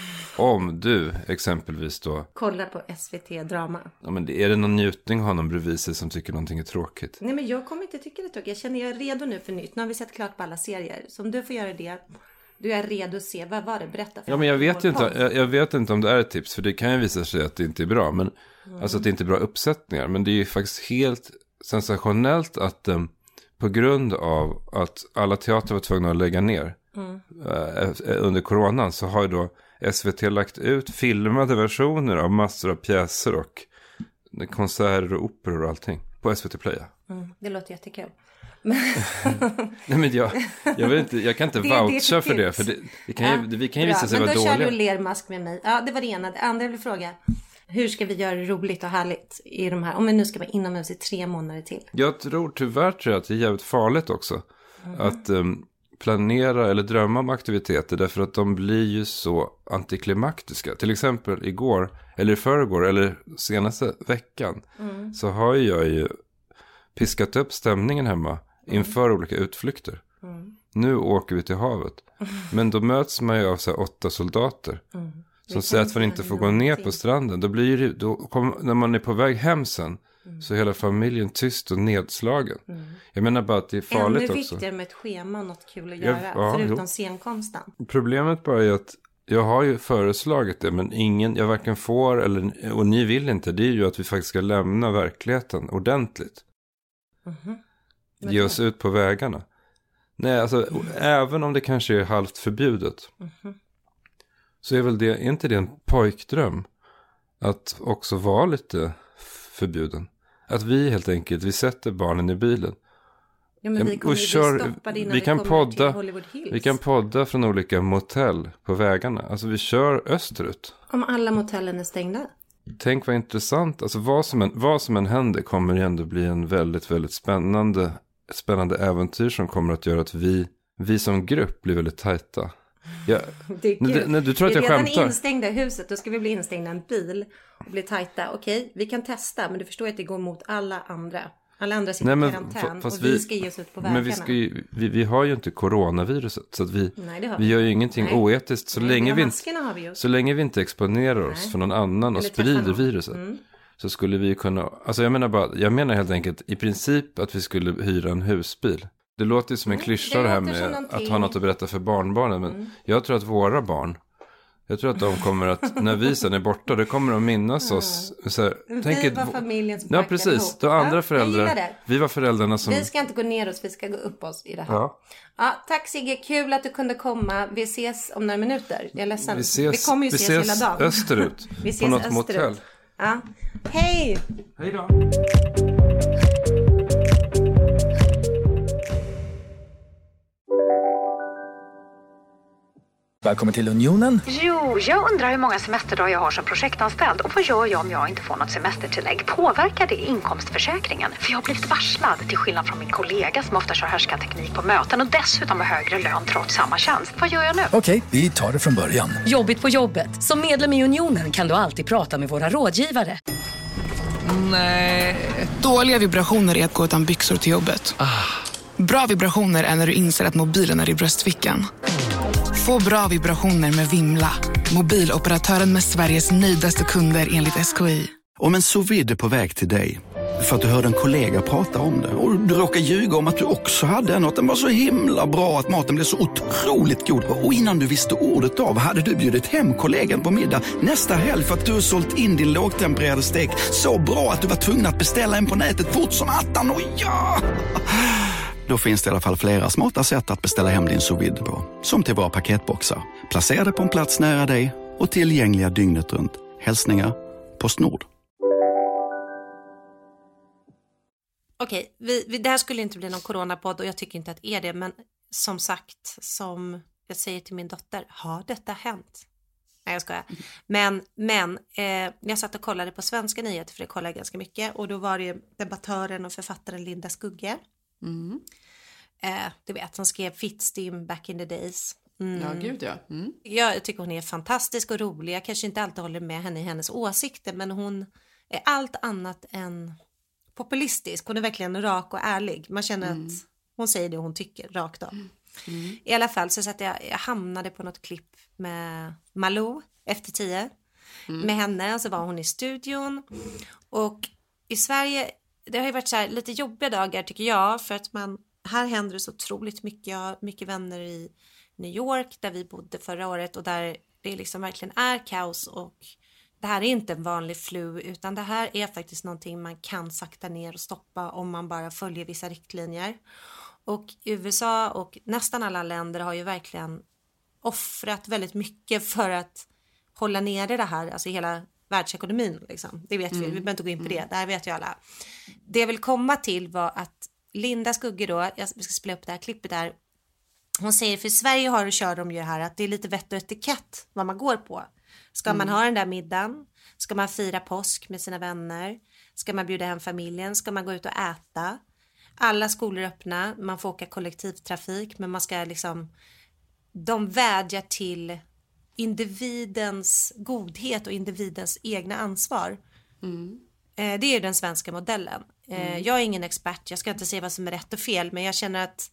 Om du exempelvis då... Kollar på S V T-drama. Ja, men är det någon njutning att ha någon bredvid sig som tycker någonting är tråkigt? Nej, men jag kommer inte tycka det är tråkigt. Jag känner jag är redo nu för nytt. Nu har vi sett klart på alla serier. Så om du får göra det, du är redo att se. Vad var det? Berätta för Ja, men jag vet, inte, jag, jag vet inte om det är ett tips. För det kan ju visa sig att det inte är bra. Men, mm. Alltså att det inte är bra uppsättningar. Men det är ju faktiskt helt sensationellt att um, på grund av att alla teatrar var tvungna att lägga ner mm. uh, under coronan så har ju då S V T lagt ut filmade versioner av massor av pjäser och konserter och operor och allting på S V T Play. Mm, det låter jättekul. Nej, men jag, jag, vet inte, jag kan inte det, voucha det för det. För det, det kan ja, ju, vi kan ju visa sig vara dåliga. Men då kör du lermask med mig. Ja, det var det ena. Det andra vill fråga. Hur ska vi göra det roligt och härligt i de här? Om vi nu ska vara inomhus i tre månader till. Jag tror tyvärr tror jag att det är jävligt farligt också. Mm. Att... Um, planera eller drömma om aktiviteter därför att de blir ju så antiklimaktiska. Till exempel igår eller i förrgår eller senaste veckan mm. så har jag ju piskat upp stämningen hemma mm. inför olika utflykter. Mm. Nu åker vi till havet. Mm. Men då möts man ju av så här åtta soldater mm. som säger att man inte får gå ner på stranden. Då blir det, då kom, när man är på väg hem sen Mm. så är hela familjen tyst och nedslagen. Mm. Jag menar bara att det är farligt också. Ännu viktigare med ett schema och något kul att göra. Ja, ja, förutom jo. scenkonsten. Problemet bara är att jag har ju föreslagit det. Men ingen, jag varken får eller, och ni vill inte. Det är ju att vi faktiskt ska lämna verkligheten ordentligt. Mm-hmm. Ge oss ut på vägarna. Nej, alltså mm. även om det kanske är halvt förbjudet. Mm-hmm. Så är väl det, är inte det en pojkdröm? Att också vara lite förbjuden. Att vi helt enkelt, vi sätter barnen i bilen. Ja, men vi kommer ju kör, bli stoppade innan vi, vi kan kommer podda, till Hollywood Hills. Vi kan podda från olika motell på vägarna. Alltså vi kör österut. Om alla motellen är stängda. Tänk vad intressant. Alltså vad som än, vad som än händer kommer det ändå bli en väldigt, väldigt spännande, spännande äventyr som kommer att göra att vi, vi som grupp blir väldigt tajta. Ja. Det är kul. Nej, nej, du tror att jag skämtar. Vi är skämtar. redan instängda i huset. Då ska vi bli instängda i en bil och bli tajta. Okej, vi kan testa. Men du förstår att det går mot alla andra. Alla andra sitter nej, i karantän. Och vi, vi ska ge oss ut på vägarna. Men vi, ska ju, vi, vi har ju inte coronaviruset. Så att vi, nej, det har vi. vi gör ju ingenting nej. oetiskt. Så, nej, länge vi inte, har vi så länge vi inte exponerar oss nej. för någon annan och sprider viruset. Mm. Så skulle vi kunna... Alltså jag menar bara... Jag menar helt enkelt i princip att vi skulle hyra en husbil. Det låter ju som en klyscha det här med att ha något att berätta för barnbarnen. Men mm. jag tror att våra barn, Jag tror att de kommer att, när vi sen är borta, det kommer de minnas oss. Så här, vi tänk var ett, familjen som ja, precis. ihop. De andra ja, föräldrar, vi var föräldrarna som... Vi ska inte gå ner oss, vi ska gå upp oss i det här. Ja. Ja, tack Sigge, kul att du kunde komma. Vi ses om några minuter. Jag är ledsen. Vi, ses, vi kommer ju vi ses, ses hela dagen. österut. vi ses på något österut. motell. Ja. Hej! Hej då! Välkommen till Unionen. Jo, jag undrar hur många semesterdagar jag har som projektanställd. Och vad gör jag om jag inte får något semestertillägg? Påverkar det inkomstförsäkringen? För jag har blivit varslad, till skillnad från min kollega som ofta kör härskarteknik på möten och dessutom har högre lön trots samma tjänst. Vad gör jag nu? Okej, vi tar det från början. Jobbigt på jobbet. Som medlem i Unionen kan du alltid prata med våra rådgivare. Nej. Dåliga vibrationer är att gå utan byxor till jobbet. Ah. Bra vibrationer är när du inser att mobilen är i bröstfickan. Få bra vibrationer med Vimla. Mobiloperatören med Sveriges nöjdaste kunder enligt S K I. Om en sous vide är på väg till dig för att du hörde en kollega prata om det och du råkar ljuga om att du också hade en och att den var så himla bra att maten blev så otroligt god. Och innan du visste ordet av hade du bjudit hem kollegan på middag nästa helg för att du har sålt in din lågtempererade stek så bra att du var tvungen att beställa en på nätet fort som attan. Och ja! Då finns det i alla fall flera smarta sätt att beställa hem din sous vide på. Som till våra paketboxar. Placerade på en plats nära dig och tillgängliga dygnet runt. Hälsningar PostNord. Okej, vi, vi, det här skulle inte bli någon coronapodd och jag tycker inte att det är det. Men som sagt, som jag säger till min dotter, har detta hänt? Nej, jag skojar. Men, men eh, jag satt och kollade på svenska nyheter, för det kollar jag ganska mycket. Och då var det debattören och författaren Linda Skugge. Mm. Eh, du vet, som skrev Fittstim back in the days. Mm. Ja, gud ja. Mm. Jag tycker hon är fantastisk och rolig. Jag kanske inte alltid håller med henne i hennes åsikter, men hon är allt annat än populistisk. Hon är verkligen rak och ärlig. Man känner mm. att hon säger det hon tycker rakt av. Mm. I alla fall så att jag, jag hamnade på något klipp med Malou efter tio. Mm. Med henne, och så var hon i studion. Och i Sverige, det har ju varit så här lite jobbiga dagar tycker jag. För att man, här händer det så otroligt mycket. Jag har mycket vänner i New York där vi bodde förra året. Och där det liksom verkligen är kaos. Och det här är inte en vanlig flu, utan det här är faktiskt någonting man kan sakta ner och stoppa om man bara följer vissa riktlinjer. Och U S A och nästan alla länder har ju verkligen offrat väldigt mycket för att hålla nere det här, alltså hela världsekonomin liksom. Det vet vi, mm. vi behöver inte gå in på det, det här vet ju alla. Det jag vill komma till var att Linda Skugge då, jag ska spela upp det här klippet där, hon säger, för i Sverige har och kör de ju här att det är lite vett och etikett vad man går på. Ska mm. man ha den där middagen? Ska man fira påsk med sina vänner? Ska man bjuda hem familjen? Ska man gå ut och äta? Alla skolor är öppna, man får åka kollektivtrafik, men man ska liksom, de vädjar till individens godhet och individens egna ansvar. Mm. Eh, det är den svenska modellen. Eh, mm. Jag är ingen expert, jag ska inte säga vad som är rätt och fel, men jag känner att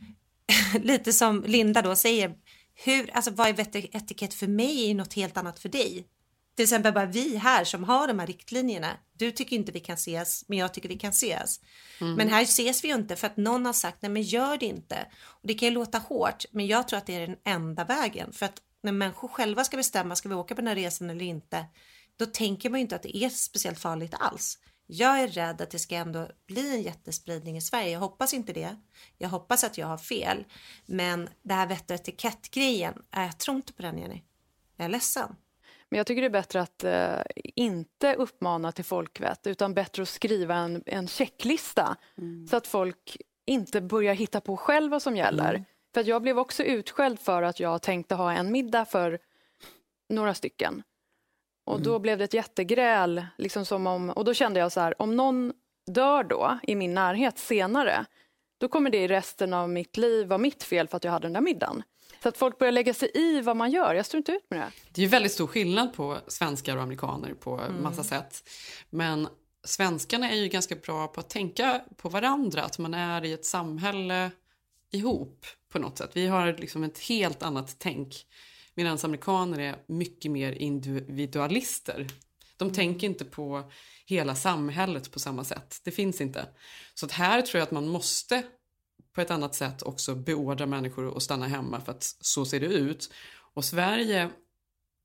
lite som Linda då säger, hur, alltså vad är vett och etikett för mig är något helt annat för dig. Till exempel bara vi här som har de här riktlinjerna. Du tycker inte vi kan ses, men jag tycker vi kan ses. Mm. Men här ses vi ju inte för att någon har sagt, nej men gör det inte. Och det kan ju låta hårt, men jag tror att det är den enda vägen. För att när människor själva ska bestämma, ska vi åka på den här resan eller inte, då tänker man ju inte att det är speciellt farligt alls. Jag är rädd att det ska ändå bli en jättespridning i Sverige. Jag hoppas inte det. Jag hoppas att jag har fel. Men det här vett och etikett-grejen, jag tror inte på den, Jenny. Jag är ledsen. Men jag tycker det är bättre att eh, inte uppmana till folkvett, utan bättre att skriva en, en checklista. Mm. Så att folk inte börjar hitta på själva som gäller. Mm. För att jag blev också utskälld för att jag tänkte ha en middag för några stycken. Och mm. då blev det ett jättegräl. Liksom som om, och då kände jag så här, om någon dör då i min närhet senare, då kommer det i resten av mitt liv vara mitt fel för att jag hade den där middagen. Så att folk börjar lägga sig i vad man gör. Jag står inte ut med det. Det är ju väldigt stor skillnad på svenskar och amerikaner på mm. massa sätt. Men svenskarna är ju ganska bra på att tänka på varandra. Att man är i ett samhälle ihop på något sätt. Vi har liksom ett helt annat tänk. Medan amerikaner är mycket mer individualister. De mm. tänker inte på hela samhället på samma sätt. Det finns inte. Så att här tror jag att man måste på ett annat sätt också beordra människor att stanna hemma, för att så ser det ut. Och Sverige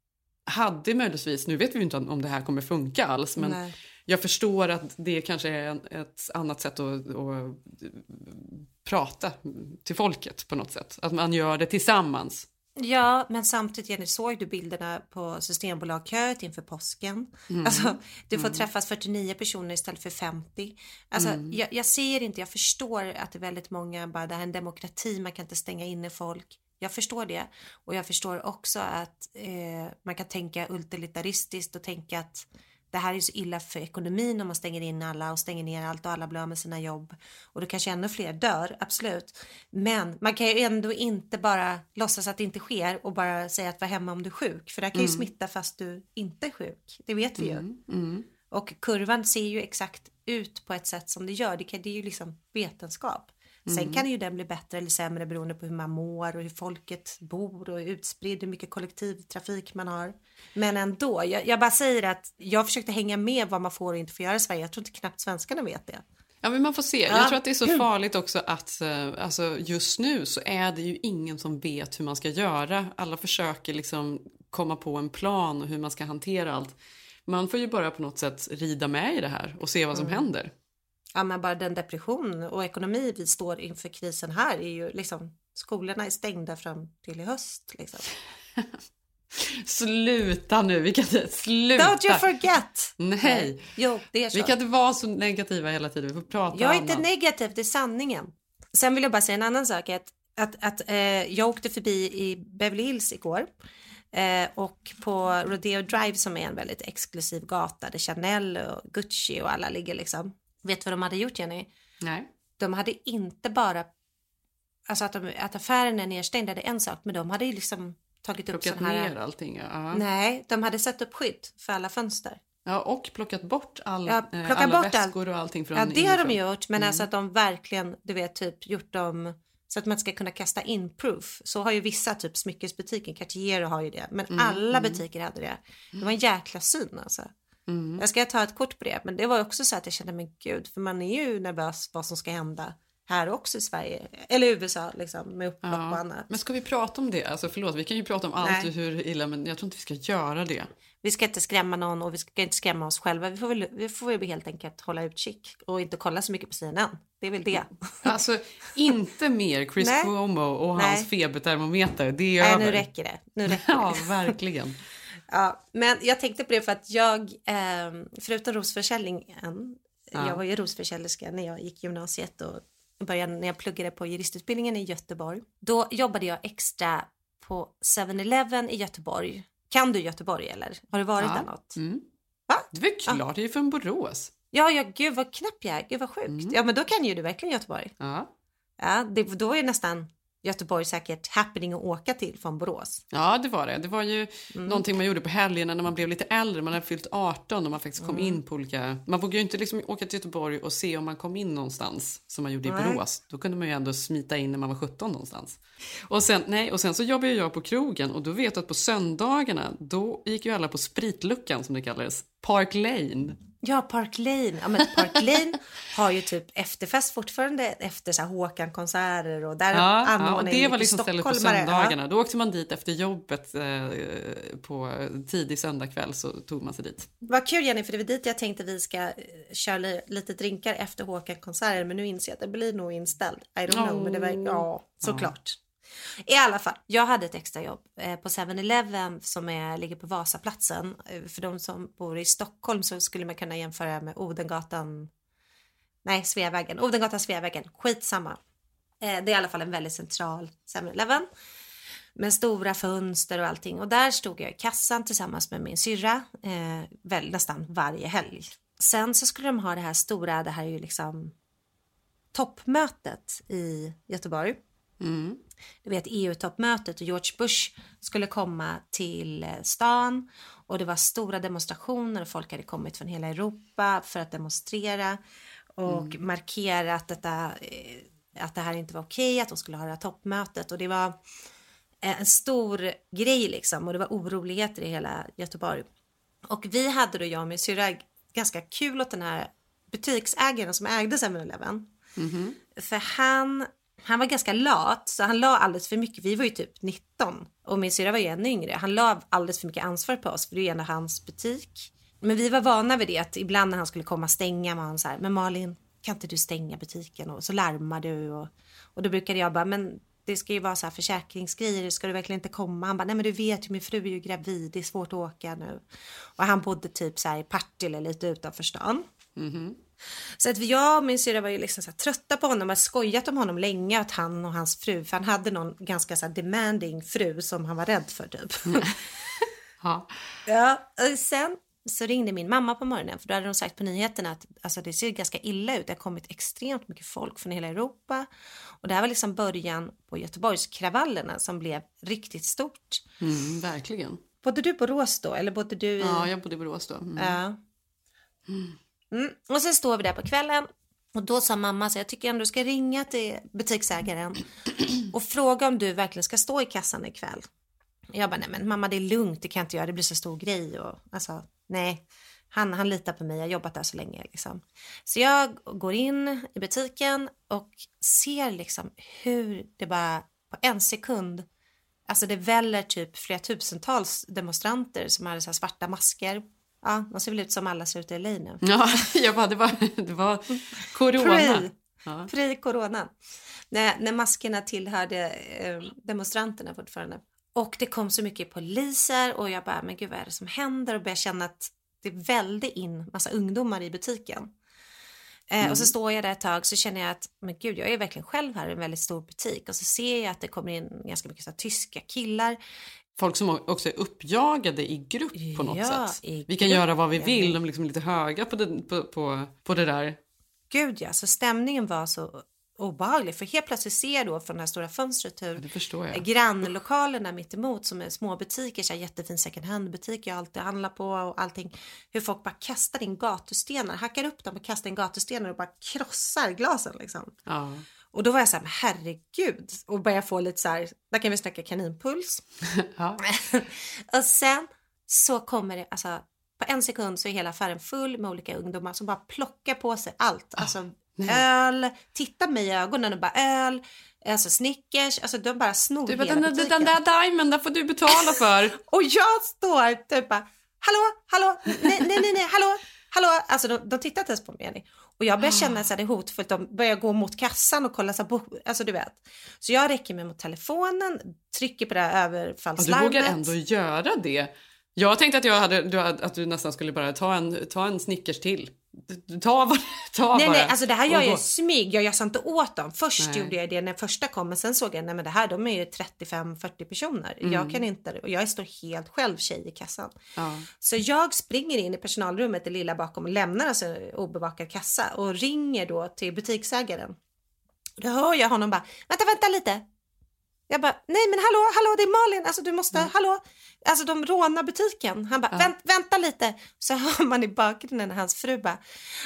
hade möjligtvis, nu vet vi ju inte om det här kommer funka alls, men Nej. jag förstår att det kanske är ett annat sätt att, att prata till folket på något sätt. Att man gör det tillsammans. Ja, men samtidigt, Jenny, såg du bilderna på Systembolagköet inför påsken? Mm. Alltså, du får mm. träffas fyrtionio personer istället för femtio. Alltså, mm. jag, jag ser inte, jag förstår att det är väldigt många, bara det här är en demokrati, man kan inte stänga inne folk. Jag förstår det. Och jag förstår också att eh, man kan tänka utilitaristiskt och tänka att det här är så illa för ekonomin om man stänger in alla och stänger ner allt och alla blir av med sina jobb. Och då kanske ännu fler dör, absolut. Men man kan ju ändå inte bara låtsas att det inte sker och bara säga att vara hemma om du är sjuk. För det kan ju mm. smitta fast du inte är sjuk. Det vet vi ju. Mm. Mm. Och kurvan ser ju exakt ut på ett sätt som det gör. Det, kan, det är ju liksom vetenskap. Sen mm. kan ju den bli bättre eller sämre beroende på hur man mår och hur folket bor och utspridd, hur mycket kollektivtrafik man har. Men ändå, jag, jag bara säger att jag försökte hänga med vad man får och inte får göra i Sverige. Jag tror inte knappt svenskarna vet det. Ja, men man får se. Ja. Jag tror att det är så farligt också att alltså, just nu så är det ju ingen som vet hur man ska göra. Alla försöker liksom komma på en plan och hur man ska hantera allt. Man får ju bara på något sätt rida med i det här och se vad som mm. händer. Ja, men bara den depression och ekonomi vi står inför krisen här är ju liksom, skolorna är stängda fram till i höst liksom. Sluta nu, vi kan inte sluta. Don't you forget. Nej. Nej. Jo, det är så. Vi kan inte vara så negativa hela tiden, vi får prata. Jag är annat. Inte negativ, det är sanningen. Sen vill jag bara säga en annan sak, att, att, att eh, jag åkte förbi i Beverly Hills igår. Eh, och på Rodeo Drive som är en väldigt exklusiv gata där Chanel och Gucci och alla ligger liksom. Vet du vad de hade gjort, Jenny? Nej. De hade inte bara, alltså att, de, att affären är nedstängd är en sak, men de hade ju liksom tagit upp plockat sån här... ner allting, ja. Nej, de hade satt upp skydd för alla fönster. Ja, och plockat bort all, ja, plockat alla bort väskor och allting från ja, det inifrån. har de gjort, men mm. alltså att de verkligen, du vet, typ gjort dem så att man ska kunna kasta in proof. Så har ju vissa typ smyckesbutiken, Cartier har ju det, men mm. alla butiker hade det. Det var en jäkla syn alltså. Mm. Jag ska ta ett kort på det, men det var också så att jag kände, men gud, för man är ju nervös vad som ska hända här också i Sverige, eller i U S A liksom, med upplopp ja. och annat. Men ska vi prata om det? Alltså förlåt, vi kan ju prata om allt Nej. hur illa, men jag tror inte vi ska göra det. Vi ska inte skrämma någon och vi ska inte skrämma oss själva. Vi får väl, vi får väl helt enkelt hålla utkik och inte kolla så mycket på C N N. Det är väl det. Alltså inte mer Chris Nej. Cuomo och Nej. hans febertermometer. Det är Nej, över. nu räcker det. Nu räcker ja, verkligen. Ja, men jag tänkte på det för att jag, eh, förutom rosförsäljningen, ja. jag var ju rosförsäljerska när jag gick gymnasiet och började när jag pluggade på juristutbildningen i Göteborg. Då jobbade jag extra på seven eleven i Göteborg. Kan du Göteborg eller? Har du varit ja. där något? Mm. Va? Det är klart, ja. det är från Borås. Ja, ja, gud vad knapp jag är. Gud vad sjukt. Mm. Ja, men då kan ju du verkligen Göteborg. Ja. Ja, det, då är nästan Göteborg säkert happening att åka till från Borås. Ja, det var det. Det var ju mm. någonting man gjorde på helgerna när man blev lite äldre. Man hade fyllt arton och man faktiskt kom mm. in på olika... Man vågade ju inte liksom åka till Göteborg och se om man kom in någonstans som man gjorde i nej. Borås. Då kunde man ju ändå smita in när man var sjutton någonstans. Och sen, nej, och sen så jobbade jag på krogen och då vet jag att på söndagarna då gick ju alla på spritluckan som det kallades. Park Lane. Ja, Park Lane. Ja, men Park Lane har ju typ efterfest fortfarande efter så här Håkan-konserter och där ja, anordnar ja, och det var liksom stället på söndagarna. Ja. Då åkte man dit efter jobbet eh, på tidig söndagkväll så tog man sig dit. Vad kul Jenny, för det var dit jag tänkte vi ska köra lite drinkar efter Håkan-konserter, men nu inser jag att det blir nog inställd. I don't know, oh. men det var ja, såklart. Ja. I alla fall, jag hade ett extra jobb eh, på seven eleven som är, ligger på Vasaplatsen. Eh, för de som bor i Stockholm så skulle man kunna jämföra med Odengatan, nej Sveavägen, Odengatan Sveavägen, skitsamma. Eh, det är i alla fall en väldigt central seven eleven med stora fönster och allting. Och där stod jag i kassan tillsammans med min syrra eh, väl, nästan varje helg. Sen så skulle de ha det här stora, det här är ju liksom toppmötet i Göteborg. Mm. Du vet E U-toppmötet och George Bush skulle komma till stan och det var stora demonstrationer och folk hade kommit från hela Europa för att demonstrera och mm. markera att, detta, att det här inte var okej, att de skulle ha det här toppmötet och det var en stor grej liksom och det var oroligheter i hela Göteborg. Och vi hade då, jag och min syrra, ganska kul åt den här butiksägaren som ägde seven eleven. Mm-hmm. För han Han var ganska lat, så han la alldeles för mycket. Vi var ju typ nitton och min syra var ju ännu yngre. Han la alldeles för mycket ansvar på oss, för det är ju ändå hans butik. Men vi var vana vid det, att ibland när han skulle komma stänga var han så här, men Malin, kan inte du stänga butiken? Och så larmar du. Och, och då brukade jag bara, men det ska ju vara så här försäkringsgrejer, ska du verkligen inte komma? Han bara, nej men du vet ju, min fru är ju gravid, det är svårt att åka nu. Och han bodde typ så här i Partille, lite utanför stan. Mm-hmm. Så att jag och min syra var ju liksom så här trötta på honom, och skojat om honom länge, att han och hans fru, för han hade någon ganska så här demanding fru som han var rädd för typ. Ja. Ja, och sen så ringde min mamma på morgonen, för då hade de sagt på nyheterna att alltså, det ser ganska illa ut. Det har kommit extremt mycket folk från hela Europa. Och det här var liksom början på Göteborgskravallerna som blev riktigt stort. Mm, verkligen. Bodde du på Rås då? Eller bodde du i... Ja, jag bodde på Rås då. Mm. Ja. Mm. Mm. Och sen står vi där på kvällen. Och då sa mamma, så jag tycker ändå du ska ringa till butiksägaren och fråga om du verkligen ska stå i kassan ikväll. Jag bara, nej men mamma, det är lugnt, det kan jag inte göra, det blir så stor grej. Och, alltså, nej, han, han litar på mig, jag har jobbat där så länge. Liksom. Så jag går in i butiken och ser liksom hur det bara på en sekund, alltså det väller typ flera tusentals demonstranter som hade så här svarta masker. Ja, de ser väl ut som alla ser ut i L A nu. Ja, jag bara, det var, det var corona. Pre, ja. pre-corona. När, när maskerna tillhörde eh, demonstranterna fortfarande. Och det kom så mycket poliser och jag bara, men gud vad är det som händer? Och började känna att det välde in massa ungdomar i butiken. Eh, mm. Och så står jag där ett tag, så känner jag att, men gud, jag är verkligen själv här i en väldigt stor butik. Och så ser jag att det kommer in ganska mycket så här, tyska killar. Folk som också är uppjagade i grupp på något ja, sätt. Vi grupp. Kan göra vad vi vill, de är liksom lite höga på det, på, på, på det där. Gud ja, så stämningen var så obehaglig. För helt plötsligt ser jag då från det här stora fönstret hur det förstår jag. grannlokalerna mitt emot som är små butiker, så här jättefin second hand butik jag alltid handlar på och allting. Hur folk bara kastar in gatustenar, hackar upp dem och kastar in gatustenar och bara krossar glasen liksom. Ja. Och då var jag så här, men herregud. Och började få lite så här, där kan vi snacka kaninpuls. Ja. Och sen så kommer det, alltså på en sekund så är hela affären full med olika ungdomar som bara plockar på sig allt. Alltså nej. Öl, titta mig i ögonen och bara öl, alltså Snickers, alltså de bara snor du, hela den, butiken. Den där diamond, där får du betala för. Och jag står typ bara, hallå, hallå, nej, nej, nej, nej, hallå, hallå. Alltså de, de tittar inte ens på mig. Och jag börjar känna så här, det är hotfullt, de börjar gå mot kassan och kolla så här, alltså du vet. Så jag räcker mig mot telefonen, trycker på det här överfallslarmet. Ja, du vågar ändå göra det. Jag tänkte att, jag hade, du, att du nästan skulle bara ta en, ta en Snickers till. Ta, ta nej, bara. nej, alltså det här gör jag smyg. Jag, jag sa inte åt dem. Först nej. gjorde jag det när första kom. Men sen såg jag, nej men det här, de är ju trettiofem fyrtio personer. Mm. Jag kan inte, och jag står helt själv tjej i kassan. Ja. Så jag springer in i personalrummet, det lilla bakom, och lämnar alltså obevakad kassa. Och ringer då till butiksägaren. Då hör jag honom bara, vänta, vänta lite. Jag bara, nej men hallå, hallå, det är Malin, alltså du måste, mm. hallå, alltså de rånar butiken. Han bara, ja. Vänt, vänta lite. Så hör man i bakgrunden när hans fru bara,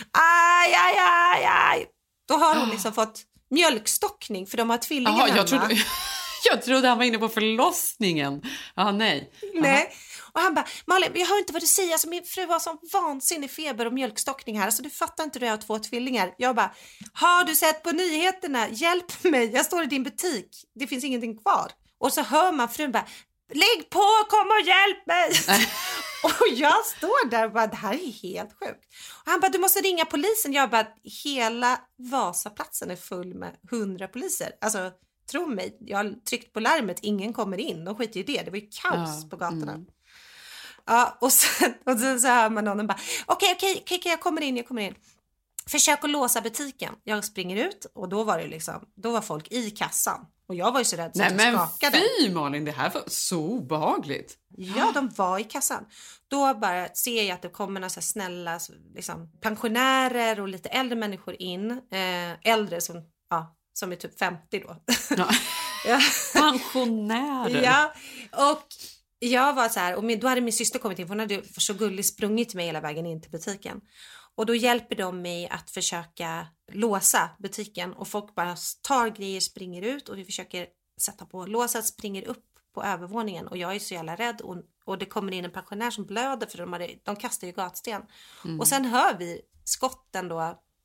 aj, aj, aj, aj. Då har hon liksom fått mjölkstockning för de har tvillingar. Jaha, jag trodde, jag trodde han var inne på förlossningen. Ja, nej. Nej. Aha. Och han bara, Malin, jag hör inte vad du säger. Alltså, min fru var som vansinnig feber och mjölkstockning här. Alltså, du fattar inte, du har två tvillingar. Jag bara, har du sett på nyheterna? Hjälp mig, jag står i din butik. Det finns ingenting kvar. Och så hör man frun bara, lägg på, kom och hjälp mig. Och jag står där och bara, det här är helt sjukt. Och han bara, du måste ringa polisen. Jag bara, hela Vasaplatsen är full med hundra poliser. Alltså, tro mig, jag har tryckt på larmet, ingen kommer in. De skiter i det, det var ju kaos ja. på gatorna. Mm. Ja, och sen, och sen så hör man någon bara, okej, okej, okej, jag kommer in, jag kommer in. Försök att låsa butiken. Jag springer ut och då var det liksom, då var folk i kassan. Och jag var ju så rädd så nej, att jag skakade. Nej men fy Malin, det här var så obehagligt. Ja, de var i kassan. Då bara ser jag att det kommer några så snälla liksom, pensionärer och lite äldre människor in. Eh, äldre som, ja, som är typ femtio då. Ja. Ja. Pensionärer. Ja, och jag var så här, och min, då hade min syster kommit in, för hon hade så gulligt sprungit mig hela vägen in till butiken. Och då hjälper de mig att försöka låsa butiken, och folk bara tar grejer, springer ut, och vi försöker sätta på låset, springer upp på övervåningen, och jag är så jävla rädd, och, och det kommer in en pensionär som blöder för de, hade, de kastar ju gatsten. Mm. Och sen hör vi skotten då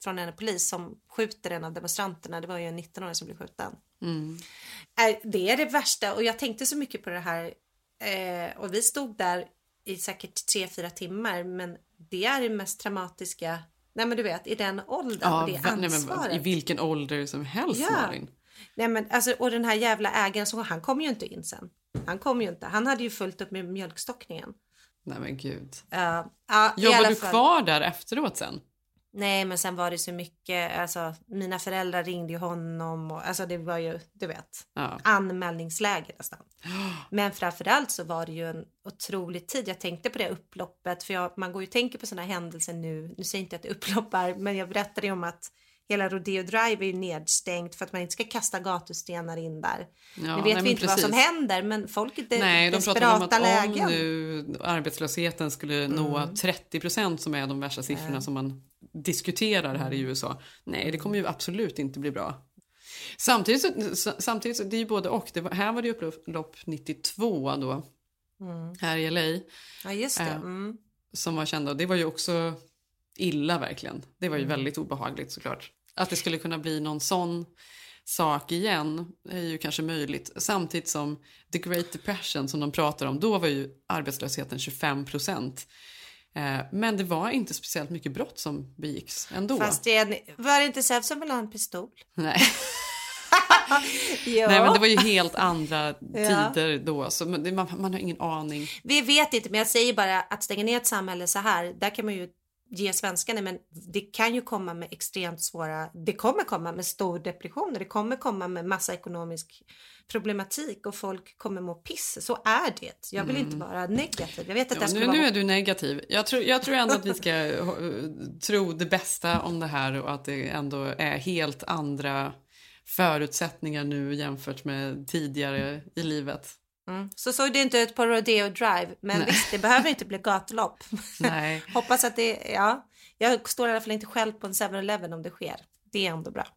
från en polis som skjuter en av demonstranterna. Det var ju en nitton-åring som blev skjuten. Mm. Det är det värsta och jag tänkte så mycket på det här eh, och vi stod där i säkert tre, fyra timmar men det är det mest traumatiska, nej men du vet, i den åldern ja, och det ansvaret. Nej, men, i vilken ålder som helst, ja. Malin. Nej men alltså, och den här jävla ägaren, så han kom ju inte in sen. Han kom ju inte, han hade ju fullt upp med mjölkstockningen. Nej men gud. Uh, uh, Jobbar du fall... kvar där efteråt sen? Nej men sen var det så mycket, alltså mina föräldrar ringde ju honom och alltså det var ju, du vet, ja. anmälningsläge nästan. Men framförallt så var det ju en otrolig tid. Jag tänkte på det upploppet för jag, man går ju och tänker på sådana händelser nu. Nu säger inte att det upploppar men jag berättade ju om att hela Rodeo Drive är ju nedstängt för att man inte ska kasta gatustenar in där. Ja, nu vet nej, vi inte precis. vad som händer men folk är nej, de desperata om att lägen. Om nu arbetslösheten skulle mm. nå trettio procent som är de värsta siffrorna mm. som man diskuterar här i U S A. Nej, det kommer ju absolut inte bli bra. Samtidigt så, samtidigt så det är ju både och. Det var, här var det upplopp nittiotvå då. Mm. Här i L A. Ja, just det. Mm. Som var kända. Det var ju också illa verkligen. Det var ju mm. väldigt obehagligt såklart. Att det skulle kunna bli någon sån sak igen är ju kanske möjligt. Samtidigt som The Great Depression som de pratar om, då var ju arbetslösheten tjugofem procent. Men det var inte speciellt mycket brott som begicks ändå. Fast det var det inte Säv som ville ha en pistol? Nej. Nej, men det var ju helt andra tider ja. då. Så man, man har ingen aning. Vi vet inte, men jag säger bara att stänga ner ett samhälle så här, där kan man ju ge svenskarna, men det kan ju komma med extremt svåra, det kommer komma med stor depression, det kommer komma med massa ekonomisk problematik och folk kommer må piss. Så är det. Jag vill mm. inte vara negativ. Jag vet att ja, det nu, vara... nu är du negativ. Jag tror, jag tror ändå att vi ska tro det bästa om det här och att det ändå är helt andra förutsättningar nu jämfört med tidigare i livet. Mm. Så såg det inte ut på Rodeo Drive, men Nej. visst, det behöver inte bli gatlopp. Nej. Hoppas att det, ja, jag står i alla fall inte själv på en seven eleven om det sker. Det är ändå bra.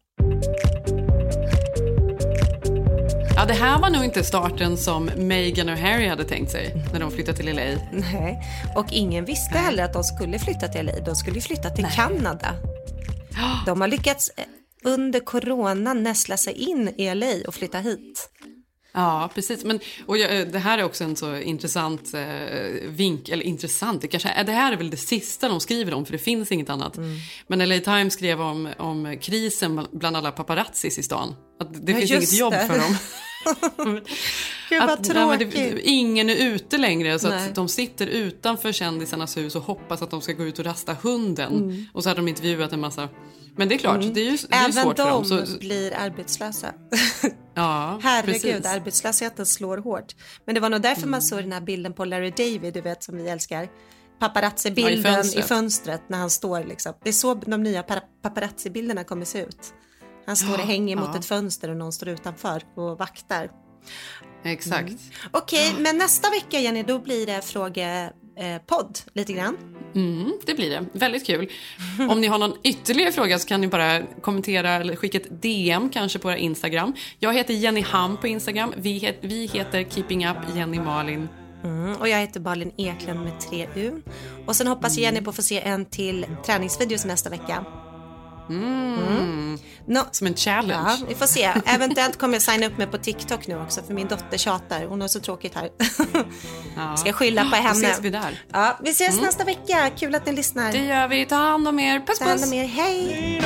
Ja, det här var nog inte starten som Meghan och Harry hade tänkt sig när de flyttade till L A. Nej, och ingen visste Nej. heller att de skulle flytta till L A. De skulle flytta till Nej. Kanada. De har lyckats under corona näsla sig in i L A och flytta hit. Ja, precis. Men, och jag, det här är också en så intressant eh, vink, eller intressant, det, kanske, det här är väl det sista de skriver om, för det finns inget annat. Mm. Men L A Times skrev om, om krisen bland alla paparazzis i stan. Att det ja, finns inget jobb det. för dem. Gud vad att, tråkigt. Nej, det, ingen är ute längre, så att de sitter utanför kändisarnas hus och hoppas att de ska gå ut och rasta hunden. Mm. Och så har de intervjuat en massa. Men det är klart, mm. det är ju det är Även svårt de för dem. Även de blir arbetslösa. Ja, herregud, precis. Arbetslösheten slår hårt. Men det var nog därför mm. man såg den här bilden på Larry David, du vet, som vi älskar. Paparazzi-bilden ja, i, fönstret. i fönstret när han står liksom. Det är så de nya paparazzi-bilderna kommer se ut. Han står och hänger mot ja. ett fönster och någon står utanför och vaktar. Exakt. Mm. Okej, okay, men nästa vecka, Jenny, då blir det frågepodd lite grann. Mm, det blir det. Väldigt kul. Om ni har någon ytterligare fråga så kan ni bara kommentera eller skicka ett D M kanske på våra Instagram. Jag heter Jenny Ham på Instagram. Vi, het, vi heter Keeping Up Jenny Malin. Mm, och jag heter Malin Eklund med tre U. Och sen hoppas mm. Jenny på att få se en till träningsvideos nästa vecka. Mm. Mm. No. Som en challenge. Ja, vi får se. Eventuellt kommer jag signa upp mig på TikTok nu också, för min dotter tjatar. Hon har så tråkigt här. Ja. Ska skylla på henne. Då ses vi där. Ja, vi ses mm. nästa vecka. Kul att ni lyssnar. Det gör vi. Ta hand om er. Puss, puss. Ta hand om er. Hej.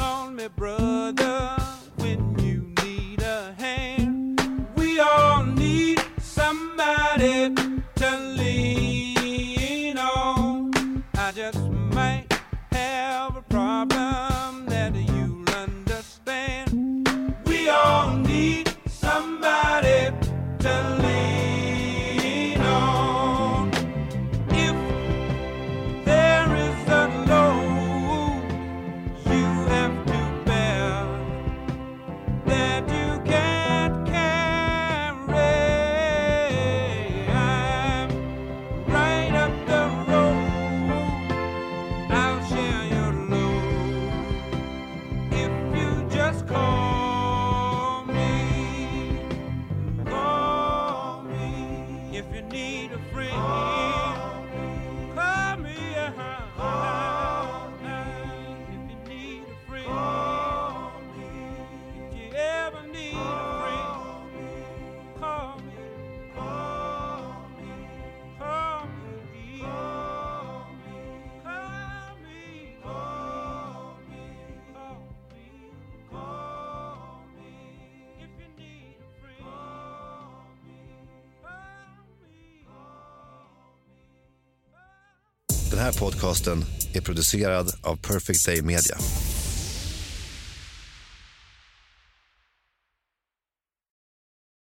Brother, when you need a hand, we all need Den här podcasten är producerad av Perfect Day Media.